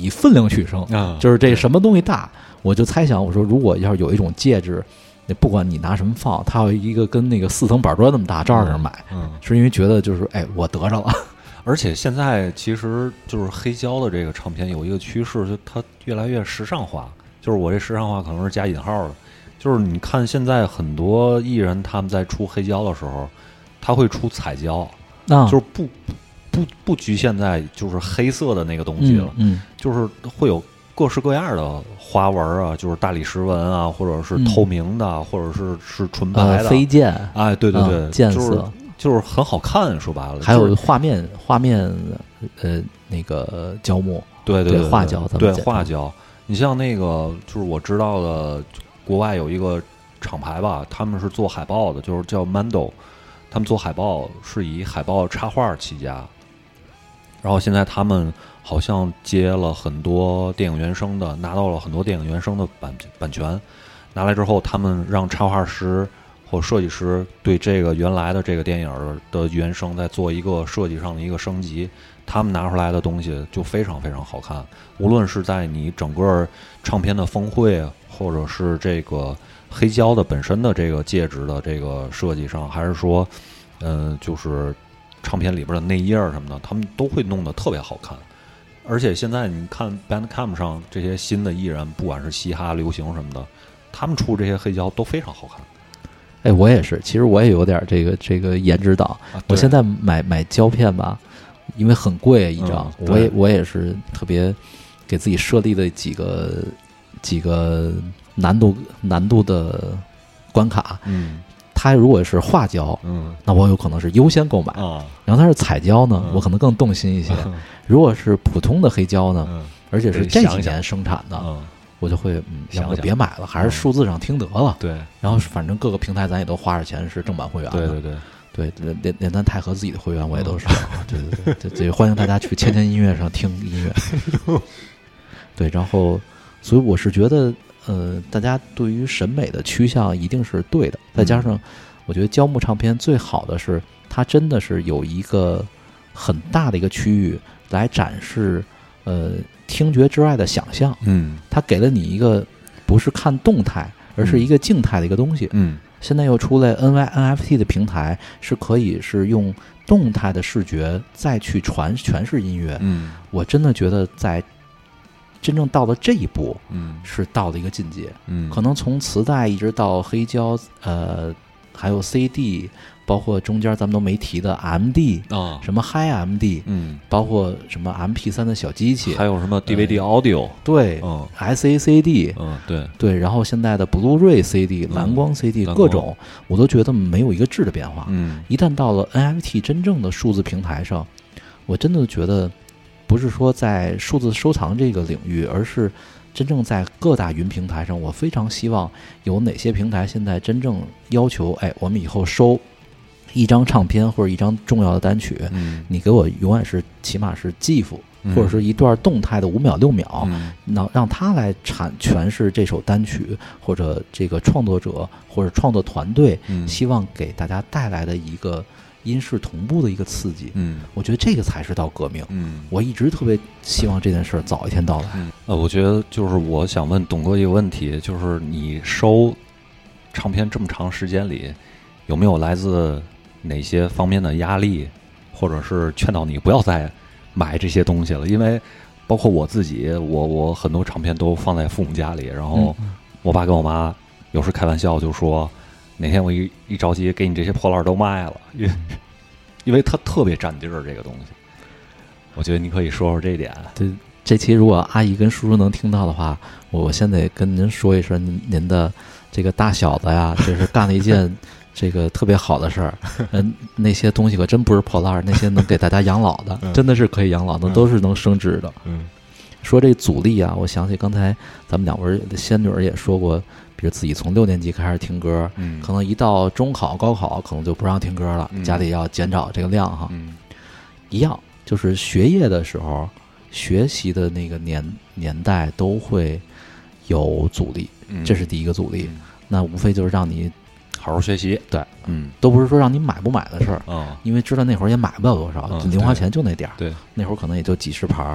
以分量取胜， 啊、 就是这什么东西大，我就猜想，我说如果要是有一种戒指，那不管你拿什么放，它有一个跟那个四层板砖那么大，照着买， 嗯， 是因为觉得就是哎，我得着了。 而且现在其实就是黑胶的这个唱片有一个趋势，就它越来越时尚化。就是我这时尚化可能是加引号的，就是你看现在很多艺人他们在出黑胶的时候，他会出彩胶， 啊、 就是不不不局限在就是黑色的那个东西了， 嗯，嗯就是会有各式各样的花纹啊，就是大理石纹啊，或者是透明的，嗯、或者是是纯白的、 呃、飞剑， 哎，对对对， 啊、剑色。 就是就是很好看，说白了， 还有画面画面呃那个胶木， 对对对， 画胶， 对画胶。你像那个就是我知道的，国外有一个厂牌吧，他们是做海报的，就是叫 Mando， 他们做海报是以海报插画起家，然后现在他们好像接了很多电影原声的，拿到了很多电影原声的版版权，拿来之后，他们让插画师或设计师对这个原来的这个电影的原声再做一个设计上的一个升级，他们拿出来的东西就非常非常好看。无论是在你整个唱片的峰会，或者是这个黑胶的本身的这个介质的这个设计上，还是说，嗯、呃，就是唱片里边的内页什么的，他们都会弄得特别好看。而且现在你看 Bandcamp 上这些新的艺人，不管是嘻哈、流行什么的，他们出这些黑胶都非常好看。 哎，我也是，其实我也有点这个这个颜值党。啊、我现在买买胶片吧，因为很贵一张，嗯、我也我也是特别给自己设立的几个几个难度难度的关卡。 嗯， 它如果是画胶， 嗯， 那我有可能是优先购买啊。 然后它是彩胶呢， 嗯、 我可能更动心一些。 嗯、 如果是普通的黑胶呢， 嗯、 而且是这几年生产的。 嗯， 我就会嗯，要不别买了，还是数字上听得了。 对， 然后反正各个平台咱也都花着钱是正版会员的。 对对对对，连连咱太和自己的会员我也都是。对对对，这欢迎大家去千千音乐上听音乐。对，然后所以我是觉得，呃，大家对于审美的趋向一定是对的。再加上，我觉得胶木唱片最好的是，它真的是有一个很大的一个区域来展示，呃。听觉之外的想象， 嗯， 它给了你一个不是看动态，而是一个静态的一个东西， 嗯。 现在又出来 N Y N F T 的平台，是可以是用动态的视觉再去传诠释音乐， 嗯。 我真的觉得在真正到了这一步， 嗯，是到了一个境界， 嗯， 可能从磁带一直到黑胶，呃，还有 C D。包括中间咱们都没提的 M D 啊， 什么 Hi M D， 嗯， 包括什么 M P 三 的小机器， 还有什么 D V D Audio，、 呃、对， 嗯 ，S A C D， 嗯，对对，然后现在的 Blu-ray C D、嗯、蓝光 C D， 各种我都觉得没有一个质的变化。 嗯， 一旦到了 N F T 真正的数字平台上，我真的觉得不是说在数字收藏这个领域，而是真正在各大云平台上，我非常希望有哪些平台现在真正要求，哎，我们以后收一张唱片或者一张重要的单曲， 嗯， 你给我永远是起码是 GIF、 嗯、 或者是一段动态的五秒六秒， 嗯， 让让他来阐诠释这首单曲，或者这个创作者或者创作团队、 嗯、 希望给大家带来的一个音视同步的一个刺激。 嗯， 我觉得这个才是到革命。 嗯， 我一直特别希望这件事早一天到来。 嗯、呃，我觉得就是我想问董哥一个问题，就是你收唱片这么长时间里，有没有来自哪些方面的压力，或者是劝导你不要再买这些东西了？因为包括我自己，我我很多唱片都放在父母家里，然后我爸跟我妈有时开玩笑就说，哪天我一一着急给你这些破烂都卖了，因为因为它特别占地儿这个东西。我觉得你可以说说这一点。 对，这期如果阿姨跟叔叔能听到的话，我现在跟您说一声，您您的这个大小子呀，这是干了一件这个特别好的事儿。嗯，那些东西可真不是破烂，那些能给大家养老的，真的是可以养老的，都是能升值的。 嗯， 说这阻力啊，我想起刚才咱们两位的仙女儿也说过，比如自己从六年级开始听歌， 嗯， 可能一到中考、高考，可能就不让听歌了， 嗯、 家里要减少这个量哈。 嗯， 一样，就是学业的时候，学习的那个年年代都会有阻力， 嗯、 这是第一个阻力。 嗯、 那无非就是让你好好学习， 对， 嗯， 都不是说让你买不买的事儿， 哦， 因为知道那会儿也买不了多少， 嗯、 零花钱就那点儿， 对， 那会儿可能也就几十盘，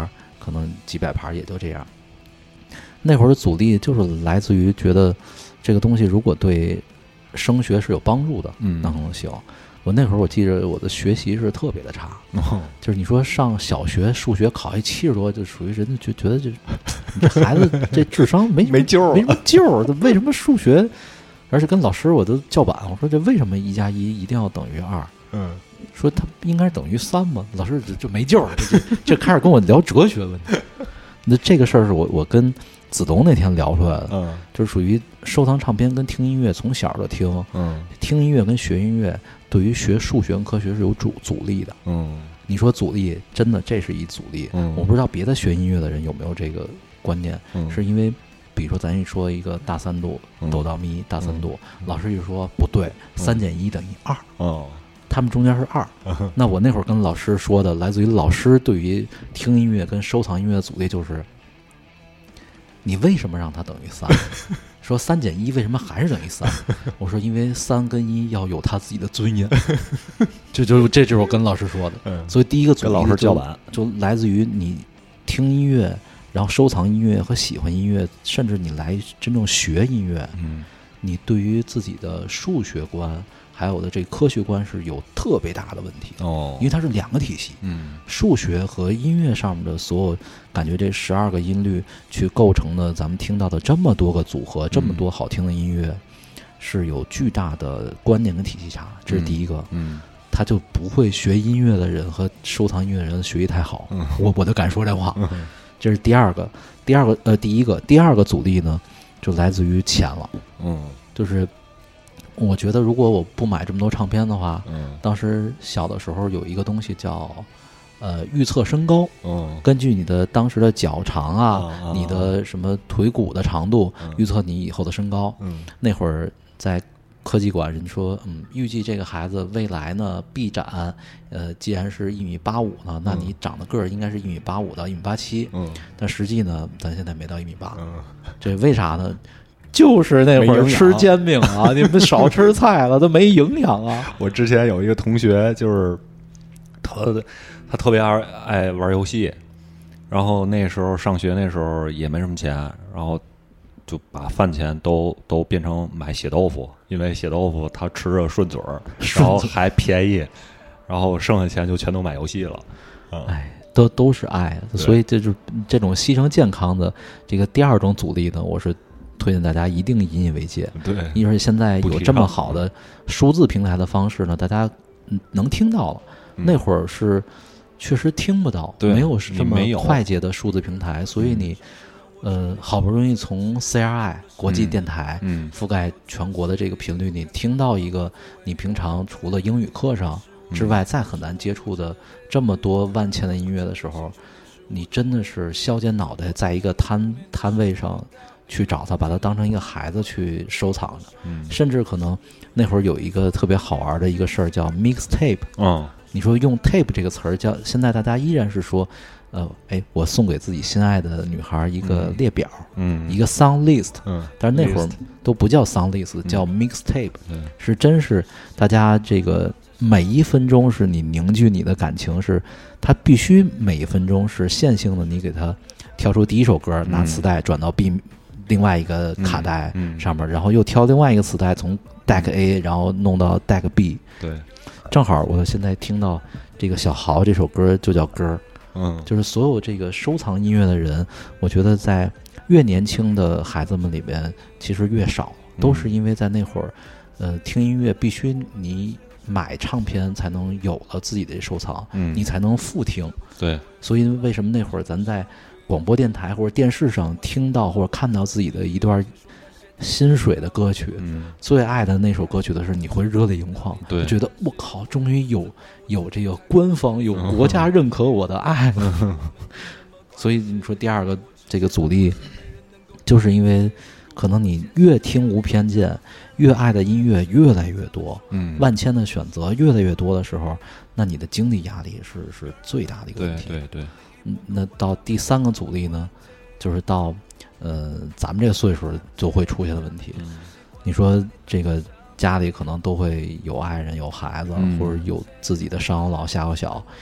可能几百盘也就这样。那会儿的阻力就是来自于觉得这个东西如果对升学是有帮助的， 嗯， 那可能行。我那会儿我记着我的学习是特别的差， 哦、 就是你说上小学数学考一七十多，就属于人家就觉得这这孩子这智商没没救， 没什么救，为什么数学？而且跟老师我都叫板，我说这为什么一加一一定要等于二？ 嗯， 说它应该是等于三吗？老师就就没救了，就就开始跟我聊哲学问题。那这个事儿是我我跟子东那天聊出来的， 嗯， 就是属于收藏唱片跟听音乐，从小就听， 嗯， 听音乐跟学音乐，对于学数学跟科学是有阻阻力的， 嗯， 你说阻力，真的这是一阻力， 嗯， 我不知道别的学音乐的人有没有这个观念， 嗯， 是因为比如说咱一说一个大三度， 嗯、 哆到咪大三度，嗯、老师就说不对，三减一等于二， 哦。 他们中间是二，那我那会儿跟老师说的，来自于老师对于听音乐跟收藏音乐的阻力就是，你为什么让它等于三？说三减一为什么还是等于三？我说因为三跟一要有他自己的尊严，这就这就是我跟老师说的。 嗯， 所以第一个阻力跟老师叫板， 就来自于你听音乐，然后收藏音乐和喜欢音乐，甚至你来真正学音乐， 嗯， 你对于自己的数学观。还有的这科学观是有特别大的问题哦， 因为它是两个体系， 嗯， 数学和音乐上面的所有，感觉这十二个音律去构成的，咱们听到的这么多个组合，这么多好听的音乐，是有巨大的观念跟体系差，这是第一个， 嗯， 他就不会学音乐的人和收藏音乐的人学习太好， 嗯， 我我就敢说这话， 嗯， 这是第二个，第二个呃，第一个，第二个阻力呢，就来自于钱了， 嗯， 就是。我觉得如果我不买这么多唱片的话， 嗯， 当时小的时候有一个东西叫，呃，预测身高， 嗯， 根据你的当时的脚长啊， 嗯、 你的什么腿骨的长度， 嗯、 预测你以后的身高。 嗯， 那会儿在科技馆，人说，嗯，预计这个孩子未来呢臂展，呃，既然是一米八五呢，那你长的个儿应该是一米八五到一米八七。 嗯， 但实际呢，咱现在没到一米八。 嗯， 这为啥呢？就是那会儿吃煎饼啊，你们少吃菜了，都没营养啊。 我之前有一个同学，就是特他特别爱爱玩游戏，然后那时候上学那时候也没什么钱，然后就把饭钱都都变成买血豆腐，因为血豆腐他吃着顺嘴儿，然后还便宜，然后剩下钱就全都买游戏了。嗯， 哎，都都是爱，所以这就这种牺牲健康的这个第二种阻力呢，我是。推荐大家一定引以为戒， 对， 因为现在有这么好的数字平台的方式呢，大家能听到了。 嗯、 那会儿是确实听不到，没有这么快捷的数字平台，所以你、嗯、呃好不容易从 C R I 国际电台、 嗯、 覆盖全国的这个频率，你听到一个你平常除了英语课上之外、嗯、再很难接触的这么多万千的音乐的时候，你真的是削尖脑袋在一个摊摊位上。去找他，把他当成一个孩子去收藏的， 嗯， 甚至可能那会儿有一个特别好玩的一个事儿叫 mixtape， 嗯， 你说用 tape 这个词儿叫，现在大家依然是说，呃，哎，我送给自己心爱的女孩一个列表， 嗯， 一个 song list， 嗯， 但是那会儿都不叫 song list，、嗯、叫 mixtape，、嗯、是真是大家这个每一分钟是你凝聚你的感情，是它必须每一分钟是线性的，你给它挑出第一首歌，拿磁带转到 B。另外一个卡带上面、 嗯嗯、 然后又挑另外一个磁带从 deck A 然后弄到 deck B， 对， 正好我现在听到这个小豪这首歌就叫歌， 嗯， 就是所有这个收藏音乐的人，我觉得在越年轻的孩子们里边其实越少，都是因为在那会儿呃听音乐必须你买唱片才能有了自己的收藏， 嗯， 你才能复听， 对， 所以为什么那会儿咱在广播电台或者电视上听到或者看到自己的一段心水的歌曲、 嗯、 最爱的那首歌曲的时候，你会热泪盈眶， 对， 觉得我靠，终于有有这个官方有国家认可我的爱了、嗯、所以你说第二个这个阻力就是因为可能你越听无偏见，越爱的音乐越来越多， 嗯， 万千的选择越来越多的时候，那你的经济压力是是最大的一个问题， 对对对。 那到第三个阻力呢，就是到呃咱们这个岁数就会出现的问题。 嗯、 你说这个家里可能都会有爱人、有孩子， 嗯、 或者有自己的上有老下有小，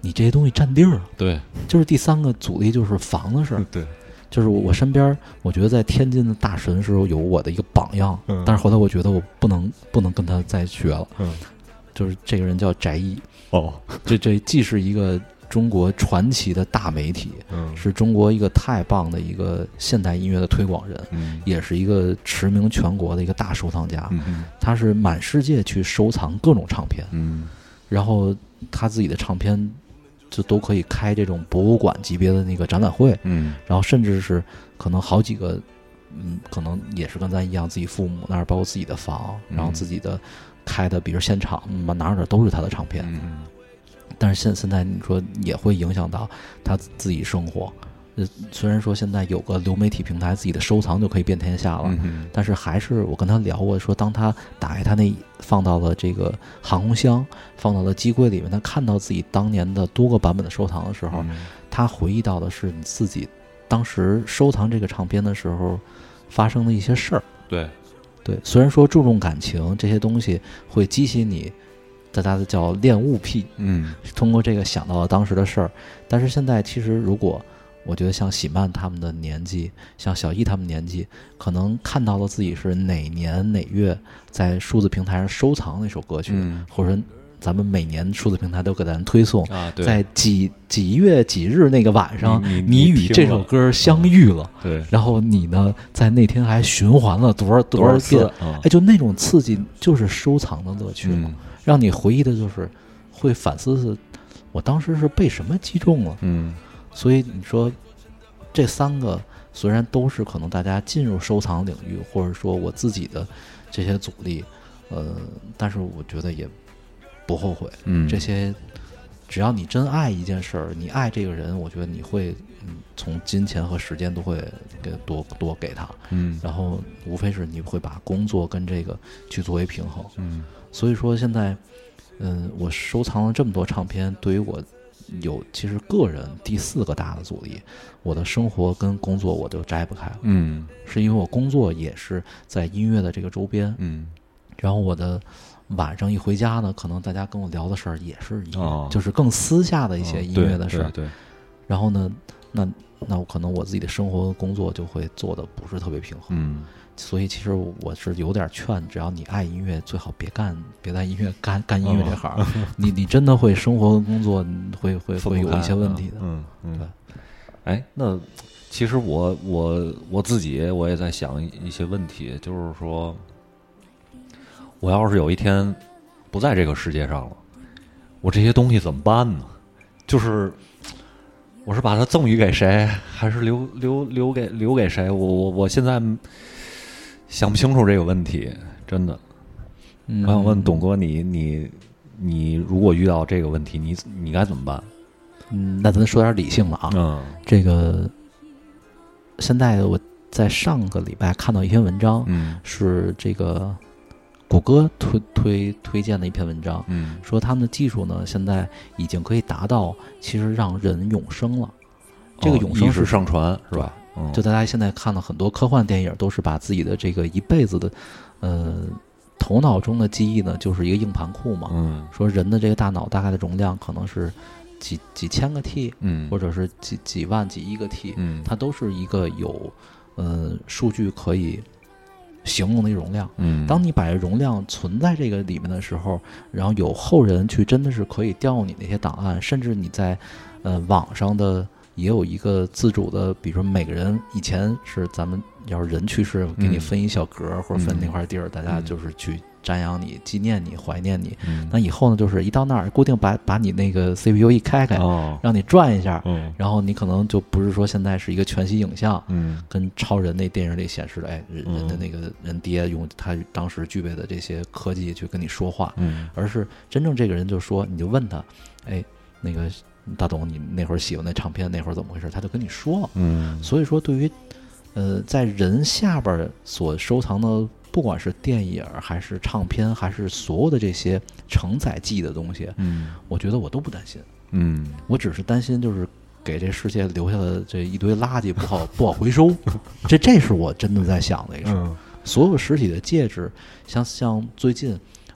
你这些东西占地儿。 对， 就是第三个阻力就是房子事儿。 对， 就是我我身边，我觉得在天津的大神时候有我的一个榜样， 嗯、 但是后来我觉得我不能不能跟他再学了。 嗯， 就是这个人叫翟毅。 哦， 这这既是一个中国传奇的大媒体， 嗯， 是中国一个太棒的一个现代音乐的推广人， 嗯， 也是一个驰名全国的一个大收藏家。 嗯， 他是满世界去收藏各种唱片， 嗯， 然后他自己的唱片就都可以开这种博物馆级别的那个展览会， 嗯， 然后甚至是可能好几个，嗯，可能也是跟咱一样，自己父母那儿包括自己的房，然后自己的开的，比如现场哪哪哪都是他的唱片。 嗯， 但是现现在你说也会影响到他自己生活。呃，虽然说现在有个流媒体平台，自己的收藏就可以遍天下了， 嗯、 但是还是我跟他聊过，说当他打开他那放到了这个航空箱，放到了机柜里面，他看到自己当年的多个版本的收藏的时候， 嗯、 他回忆到的是你自己当时收藏这个唱片的时候发生的一些事儿。 对， 对，虽然说注重感情这些东西会激起你，大家叫恋物癖， 嗯， 通过这个想到了当时的事儿，但是现在其实如果我觉得像喜曼他们的年纪，像小易他们年纪，可能看到了自己是哪年哪月在数字平台上收藏那首歌曲， 嗯、 或者咱们每年数字平台都给咱推送， 啊、对， 在几几月几日那个晚上， 你, 你, 你与这首歌相遇了， 嗯、对， 然后你呢在那天还循环了多少多少遍， 嗯、 哎，就那种刺激就是收藏的乐趣嘛， 嗯、 让你回忆的就是会反思是我当时是被什么击中了， 嗯。 所以你说这三个虽然都是可能大家进入收藏领域，或者说我自己的这些阻力，呃，但是我觉得也不后悔。 嗯， 这些只要你真爱一件事儿，你爱这个人，我觉得你会嗯从金钱和时间都会给多多给他。 嗯， 然后无非是你会把工作跟这个去作为平衡。 嗯， 所以说现在嗯，我收藏了这么多唱片，对于我有其实个人第四个大的阻力，我的生活跟工作我就摘不开了。 嗯， 是因为我工作也是在音乐的这个周边。 嗯， 然后我的晚上一回家呢，可能大家跟我聊的事儿也是音乐， 哦、 就是更私下的一些音乐的事儿。 哦、对, 对, 对。 然后呢，那那我可能我自己的生活和工作就会做的不是特别平衡。 嗯。 所以其实我是有点劝，只要你爱音乐，最好别干，别在音乐干干音乐这行，哦、你你真的会生活跟工作会会会有一些问题的。 嗯嗯。对。哎，那其实我我我自己我也在想一些问题，就是说，我要是有一天不在这个世界上了，我这些东西怎么办呢？就是我是把它赠予给谁，还是留留留给留给谁？我我我现在想不清楚这个问题，真的。 嗯、 我想问董哥，你你你如果遇到这个问题，你你该怎么办？ 嗯，那咱说点理性的啊。 嗯， 这个现在我在上个礼拜看到一篇文章， 嗯， 是这个谷歌推推推荐的一篇文章， 嗯， 说他们的技术呢，现在已经可以达到其实让人永生了。这个永生是上传是吧？ 嗯、就大家现在看了很多科幻电影，都是把自己的这个一辈子的，呃，头脑中的记忆呢，就是一个硬盘库嘛。 嗯， 说人的这个大脑大概的容量可能是几几千个 T， 嗯， 或者是几几万几亿个 T， 嗯， 它都是一个有呃数据可以形容的一个容量。 嗯， 当你把这容量存在这个里面的时候，然后有后人去真的是可以调用你那些档案，甚至你在呃网上的。也有一个自主的，比如说每个人以前是咱们要是人去世，给你分一小格、嗯、或者分那块地儿、嗯，大家就是去瞻仰你、纪念你、怀念你。 嗯、 那以后呢，就是一到那儿，固定把把你那个 C P U 一开开， 哦、 让你转一下、 嗯， 然后你可能就不是说现在是一个全息影像， 嗯， 跟超人那电影里显示的，哎，人人的那个人爹用他当时具备的这些科技去跟你说话， 嗯， 而是真正这个人就说，你就问他，哎，那个。大董，你那会儿喜欢那唱片，那会儿怎么回事？他就跟你说了。 嗯， 所以说，对于呃，在人下边所收藏的，不管是电影还是唱片，还是所有的这些承载记忆的东西， 嗯， 我觉得我都不担心。 嗯， 我只是担心，就是给这世界留下的这一堆垃圾不好不好回收。这这是我真的在想的一个事儿。 嗯， 所有实体的戒指，像像最近。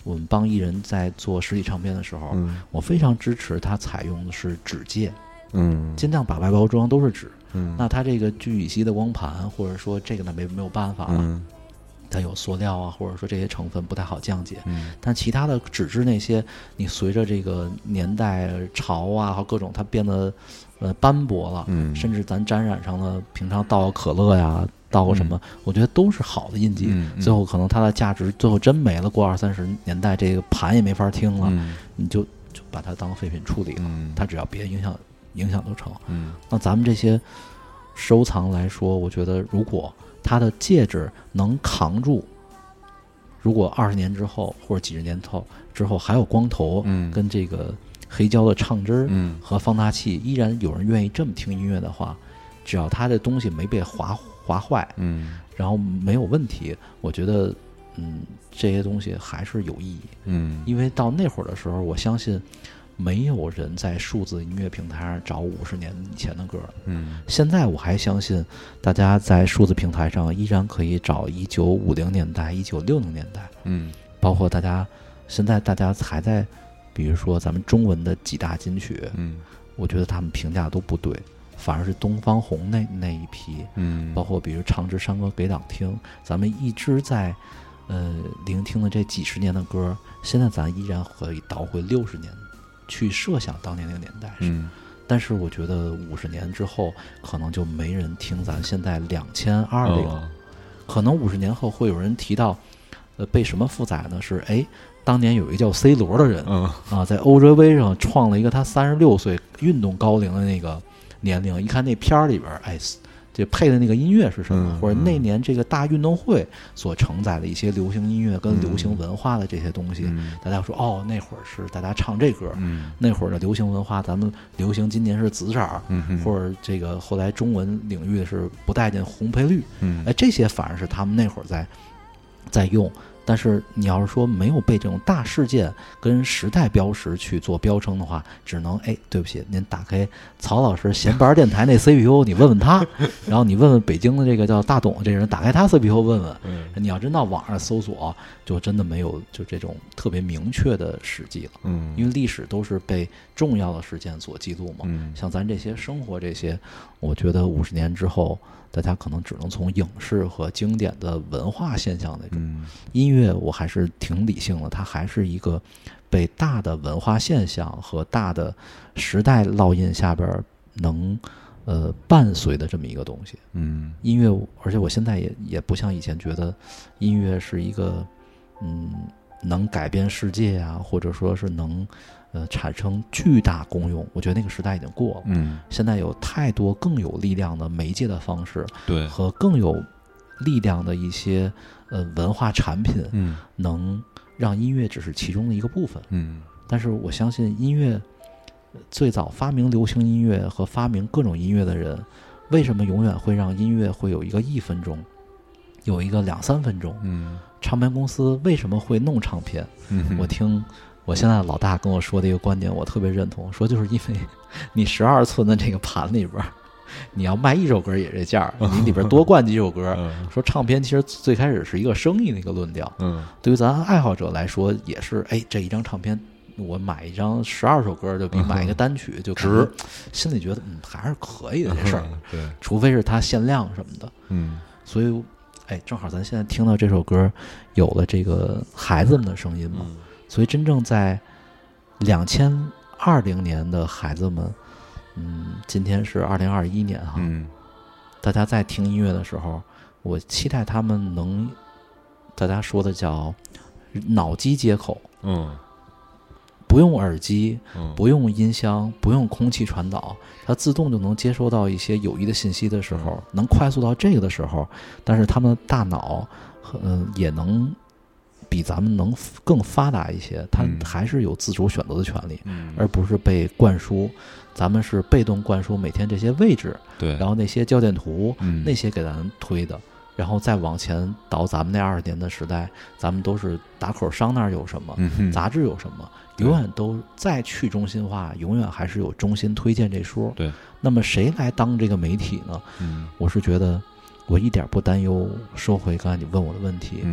我们帮艺人在做实体唱片的时候， 嗯， 我非常支持他采用的是纸介， 嗯， 尽量把外包装都是纸。 嗯， 那它这个聚乙烯的光盘，或者说这个呢没没有办法了， 嗯， 它有塑料啊，或者说这些成分不太好降解。 嗯， 但其他的纸质那些，你随着这个年代潮啊和各种，它变得呃斑驳了， 嗯， 甚至咱沾染上了，平常倒个可乐呀，倒个什么，嗯、我觉得都是好的印记。 嗯嗯、 最后可能它的价值最后真没了，过二三十年代这个盘也没法听了， 嗯、 你就就把它当废品处理了。 嗯、 它只要别影响影响都成。 嗯， 那咱们这些收藏来说，我觉得如果它的戒指能扛住，如果二十年之后或者几十年后之后还有光头， 嗯， 跟这个黑胶的唱针， 嗯， 和放大器，依然有人愿意这么听音乐的话，只要它的东西没被划划坏， 嗯， 然后没有问题，我觉得，嗯，这些东西还是有意义， 嗯， 因为到那会儿的时候，我相信。没有人在数字音乐平台上找五十年以前的歌， 嗯， 现在我还相信大家在数字平台上依然可以找一九五零年代、一九六零年代， 嗯， 包括大家现在大家还在，比如说咱们中文的几大金曲， 嗯， 我觉得他们评价都不对，反而是东方红那那一批， 嗯， 包括比如唱支山歌给党听，咱们一直在呃聆听的这几十年的歌，现在咱依然可以倒回六十年。去设想当年那个年代是， 嗯， 但是我觉得五十年之后可能就没人听咱现在两千二零，可能五十年后会有人提到，呃，被什么负载呢？是哎，当年有一个叫 C 罗的人， 嗯啊，在 O J V 上创了一个他三十六岁运动高龄的那个年龄，一看那片儿里边，哎。这配的那个音乐是什么？ 嗯、 或者那年这个大运动会所承载的一些流行音乐跟流行文化的这些东西， 嗯、 大家说哦，那会儿是大家唱这歌， 嗯、 那会儿的流行文化，咱们流行今年是紫色， 嗯、 或者这个后来中文领域是不待见红配绿， 嗯、 哎，这些反而是他们那会儿在在用。但是你要是说没有被这种大事件跟时代标识去做标称的话，只能哎，对不起，您打开曹老师闲班电台那 C P U， 你问问他，然后你问问北京的这个叫大董这人，打开他 C P U 问问。 嗯， 你要真到网上搜索，就真的没有就这种特别明确的史记了。 嗯， 因为历史都是被重要的事件所记录嘛。 嗯， 像咱这些生活这些，我觉得五十年之后。大家可能只能从影视和经典的文化现象那种、 嗯、 音乐，我还是挺理性的，它还是一个被大的文化现象和大的时代烙印下边能呃伴随的这么一个东西。 嗯， 音乐，而且我现在也也不像以前觉得音乐是一个嗯能改变世界啊，或者说是能。呃，产生巨大功用，我觉得那个时代已经过了。 嗯， 现在有太多更有力量的媒介的方式， 对， 和更有力量的一些呃文化产品， 嗯， 能让音乐只是其中的一个部分。 嗯， 但是我相信音乐最早发明流行音乐和发明各种音乐的人，为什么永远会让音乐会有一个一分钟，有一个两三分钟？ 嗯， 唱片公司为什么会弄唱片？ 嗯， 我听。我现在老大跟我说的一个观点，我特别认同，说就是因为你十二寸的这个盘里边，你要卖一首歌也这价，你里边多灌几首歌。说唱片其实最开始是一个生意的一个论调， 嗯， 对于咱爱好者来说也是，哎，这一张唱片我买一张十二首歌就比买一个单曲就值，心里觉得嗯还是可以的这事儿， 对， 除非是它限量什么的， 嗯， 所以哎，正好咱现在听到这首歌，有了这个孩子们的声音嘛。 嗯， 所以真正在两千二零年的孩子们，嗯，今天是二零二一年哈， 嗯， 大家在听音乐的时候，我期待他们能，大家说的叫脑机接口， 嗯， 不用耳机， 嗯， 不用音箱，不用空气传导，它自动就能接收到一些有益的信息的时候，能快速到这个的时候，但是他们的大脑，嗯、呃，也能。比咱们能更发达一些，他还是有自主选择的权利， 嗯， 而不是被灌输。咱们是被动灌输每天这些位置， 对， 然后那些校电图， 嗯， 那些给咱推的，然后再往前倒咱们那二十年的时代，咱们都是打口商那儿有什么， 嗯， 杂志有什么，永远都再去中心化，永远还是有中心推荐这说。 对， 那么谁来当这个媒体呢？ 嗯， 我是觉得我一点不担忧。收回刚才你问我的问题， 嗯。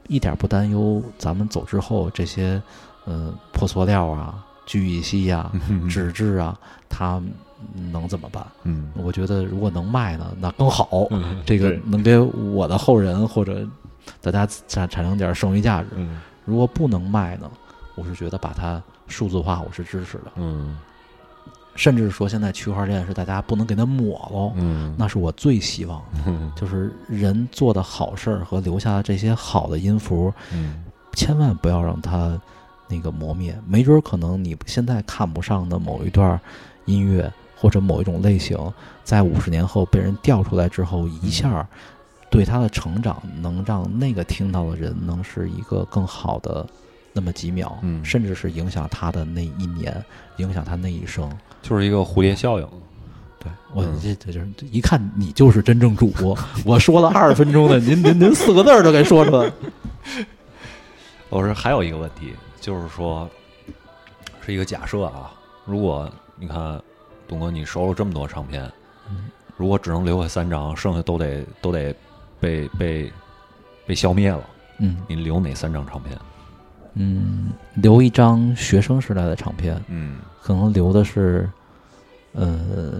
一点不担忧咱们走之后这些呃破塑料啊、聚乙烯啊、纸质啊，它能怎么办？嗯，我觉得如果能卖呢，那更好。嗯，这个能给我的后人或者大家产产生点剩余价值。嗯，如果不能卖呢，我是觉得把它数字化，我是支持的。嗯，甚至说现在区块链是大家不能给它抹了。嗯，那是我最希望的。嗯，就是人做的好事儿和留下这些好的音符，嗯，千万不要让它那个磨灭。没准可能你现在看不上的某一段音乐或者某一种类型，在五十年后被人调出来之后，一下对他的成长能让那个听到的人能是一个更好的那么几秒，嗯，甚至是影响他的那一年，影响他那一生， 就是一个蝴蝶效应。 对，我这这就是一看你就是真正主播，我说了二十分钟的，您您您四个字都给说出来。 我说还有一个问题，就是说是一个假设啊，如果你看东哥你收了这么多唱片，嗯，如果只能留下三张，剩下都得都得被被被消灭了，嗯，你留哪三张唱片？ 嗯，留一张学生时代的唱片， 嗯， 可能留的是呃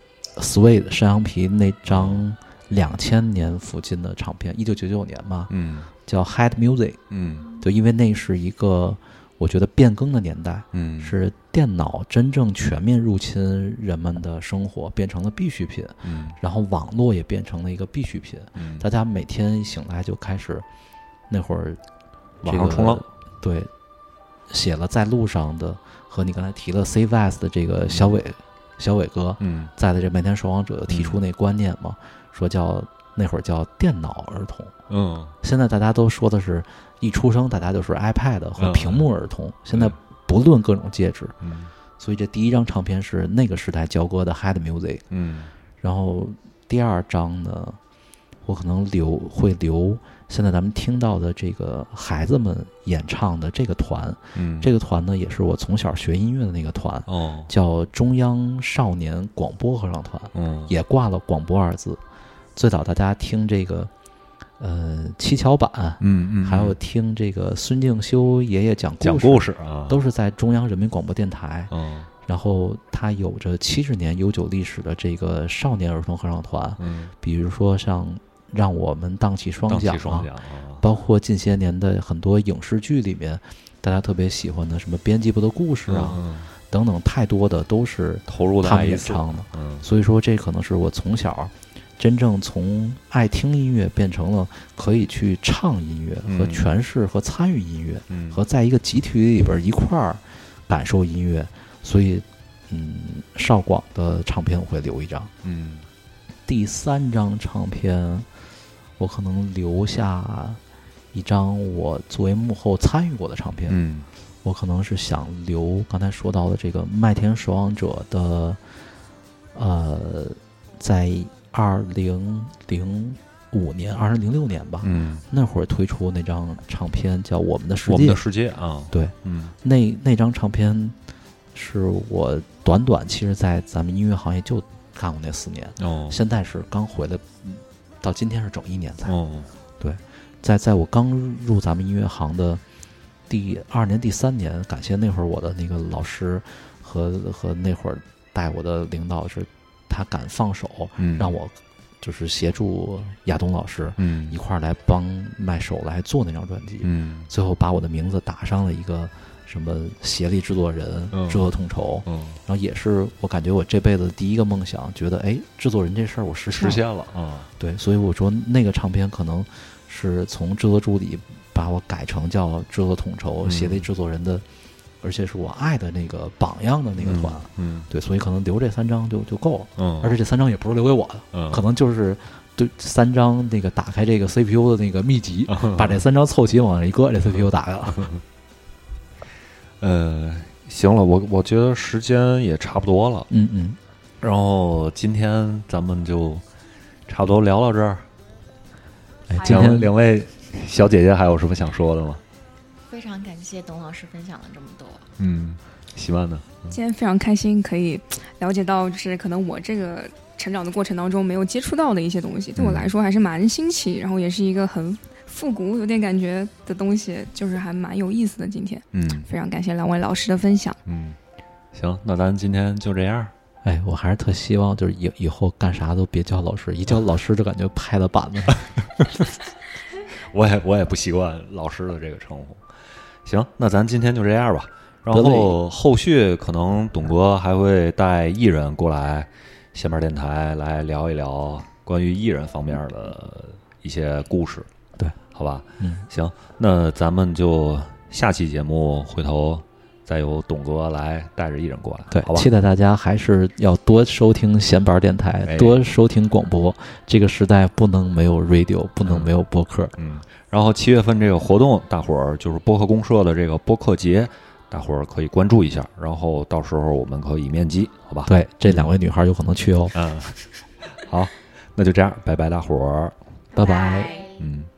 Suede 山羊皮那张两千年附近的唱片，一九九九年嘛， 嗯， 叫 Head Music， 嗯， 就因为那是一个我觉得变更的年代， 嗯， 是电脑真正全面入侵人们的生活，变成了必需品， 嗯， 然后网络也变成了一个必需品， 嗯， 大家每天醒来就开始，那会儿、这个、 网上冲浪， 对，写了在路上的和你刚才提了 C V S 的这个小伟、嗯、小伟哥， 嗯， 在的这麦田守望者提出那观念嘛，嗯、说叫那会儿叫电脑儿童， 嗯， 现在大家都说的是。一出生大家就是 iPad 和屏幕儿童，嗯、现在不论各种介质， 嗯， 所以这第一张唱片是那个时代交割的 Head Music， 嗯， 然后第二张呢，我可能留会留现在咱们听到的这个孩子们演唱的这个团， 嗯， 这个团呢也是我从小学音乐的那个团， 哦， 叫中央少年广播合唱团， 嗯， 也挂了广播二字，最早大家听这个。呃，七巧板， 嗯嗯， 还有听这个孙敬修爷爷讲故事， 讲故事啊， 都是在中央人民广播电台。 嗯， 然后它有着七十年悠久历史的这个少年儿童合唱团， 嗯， 比如说像让我们荡起双桨啊， 啊包括近些年的很多影视剧里面，大家特别喜欢的什么编辑部的故事啊， 嗯、 等等，太多的都是投入的他们演唱的。 嗯， 所以说这可能是我从小。真正从爱听音乐变成了可以去唱音乐和诠释和参与音乐， 嗯、 和在一个集体里边一块儿感受音乐，所以，嗯，少广的唱片我会留一张。 嗯， 第三张唱片，我可能留下一张我作为幕后参与过的唱片。 嗯， 我可能是想留刚才说到的这个麦田守望者的，呃，在。二零零五年、二零零六年吧， 嗯， 那会儿推出那张唱片叫《我们的世界》， 我们的世界啊， 对， 嗯， 那那张唱片是我短短，其实，在咱们音乐行业就干过那四年， 哦， 现在是刚回来，到今天是整一年才， 哦， 对，在在我刚入咱们音乐行的第二年、第三年，感谢那会儿我的那个老师和和那会儿带我的领导是。他敢放手， 嗯， 让我就是协助亚东老师， 嗯， 一块儿来帮麦手来做那张专辑， 嗯， 最后把我的名字打上了一个什么协力制作人， 嗯， 制作统筹， 嗯， 然后也是我感觉我这辈子第一个梦想，觉得哎，制作人这事儿我实现实现了啊， 对，所以我说那个唱片可能是从制作助理把我改成叫制作统筹、 嗯、 协力制作人的。而且是我爱的那个榜样的那个团， 嗯，嗯对，所以可能留这三张就就够了， 嗯， 而且这三张也不是留给我的， 嗯， 可能就是对三张那个打开这个 C P U 的那个秘籍，嗯、把这三张凑齐往那一搁，这 C P U 打开了。 呃，行了，我我觉得时间也差不多了， 嗯嗯， 然后今天咱们就差不多聊到这儿。 哎，今天两位小姐姐还有什么想说的吗？ 非常感谢董老师分享了这么多。 嗯，希望呢？ 今天非常开心，可以了解到，就是可能我这个成长的过程当中没有接触到的一些东西，对我来说还是蛮新奇，然后也是一个很复古有点感觉的东西，就是还蛮有意思的。今天， 嗯， 非常感谢两位老师的分享。 嗯，行，那咱今天就这样。 哎，我还是特希望就是以以后干啥都别叫老师，一叫老师就感觉拍了板子。 我也我也不习惯老师的这个称呼。行，那咱今天就这样吧。然后后续可能董哥还会带艺人过来闲班电台来聊一聊关于艺人方面的一些故事。 对， 好吧。 嗯， 行，那咱们就下期节目回头再由董哥来带着艺人过来， 对， 好吧？ 期待大家还是要多收听闲班电台， 哎、 多收听广播。这个时代不能没有 radio， 不能没有播客。 嗯，然后七月份这个活动，大伙儿就是播客公社的这个播客节，大伙儿可以关注一下。然后到时候我们可以面基，好吧？ 对，这两位女孩有可能去哦。 嗯，好，那就这样，拜拜，大伙儿， 拜拜。 嗯。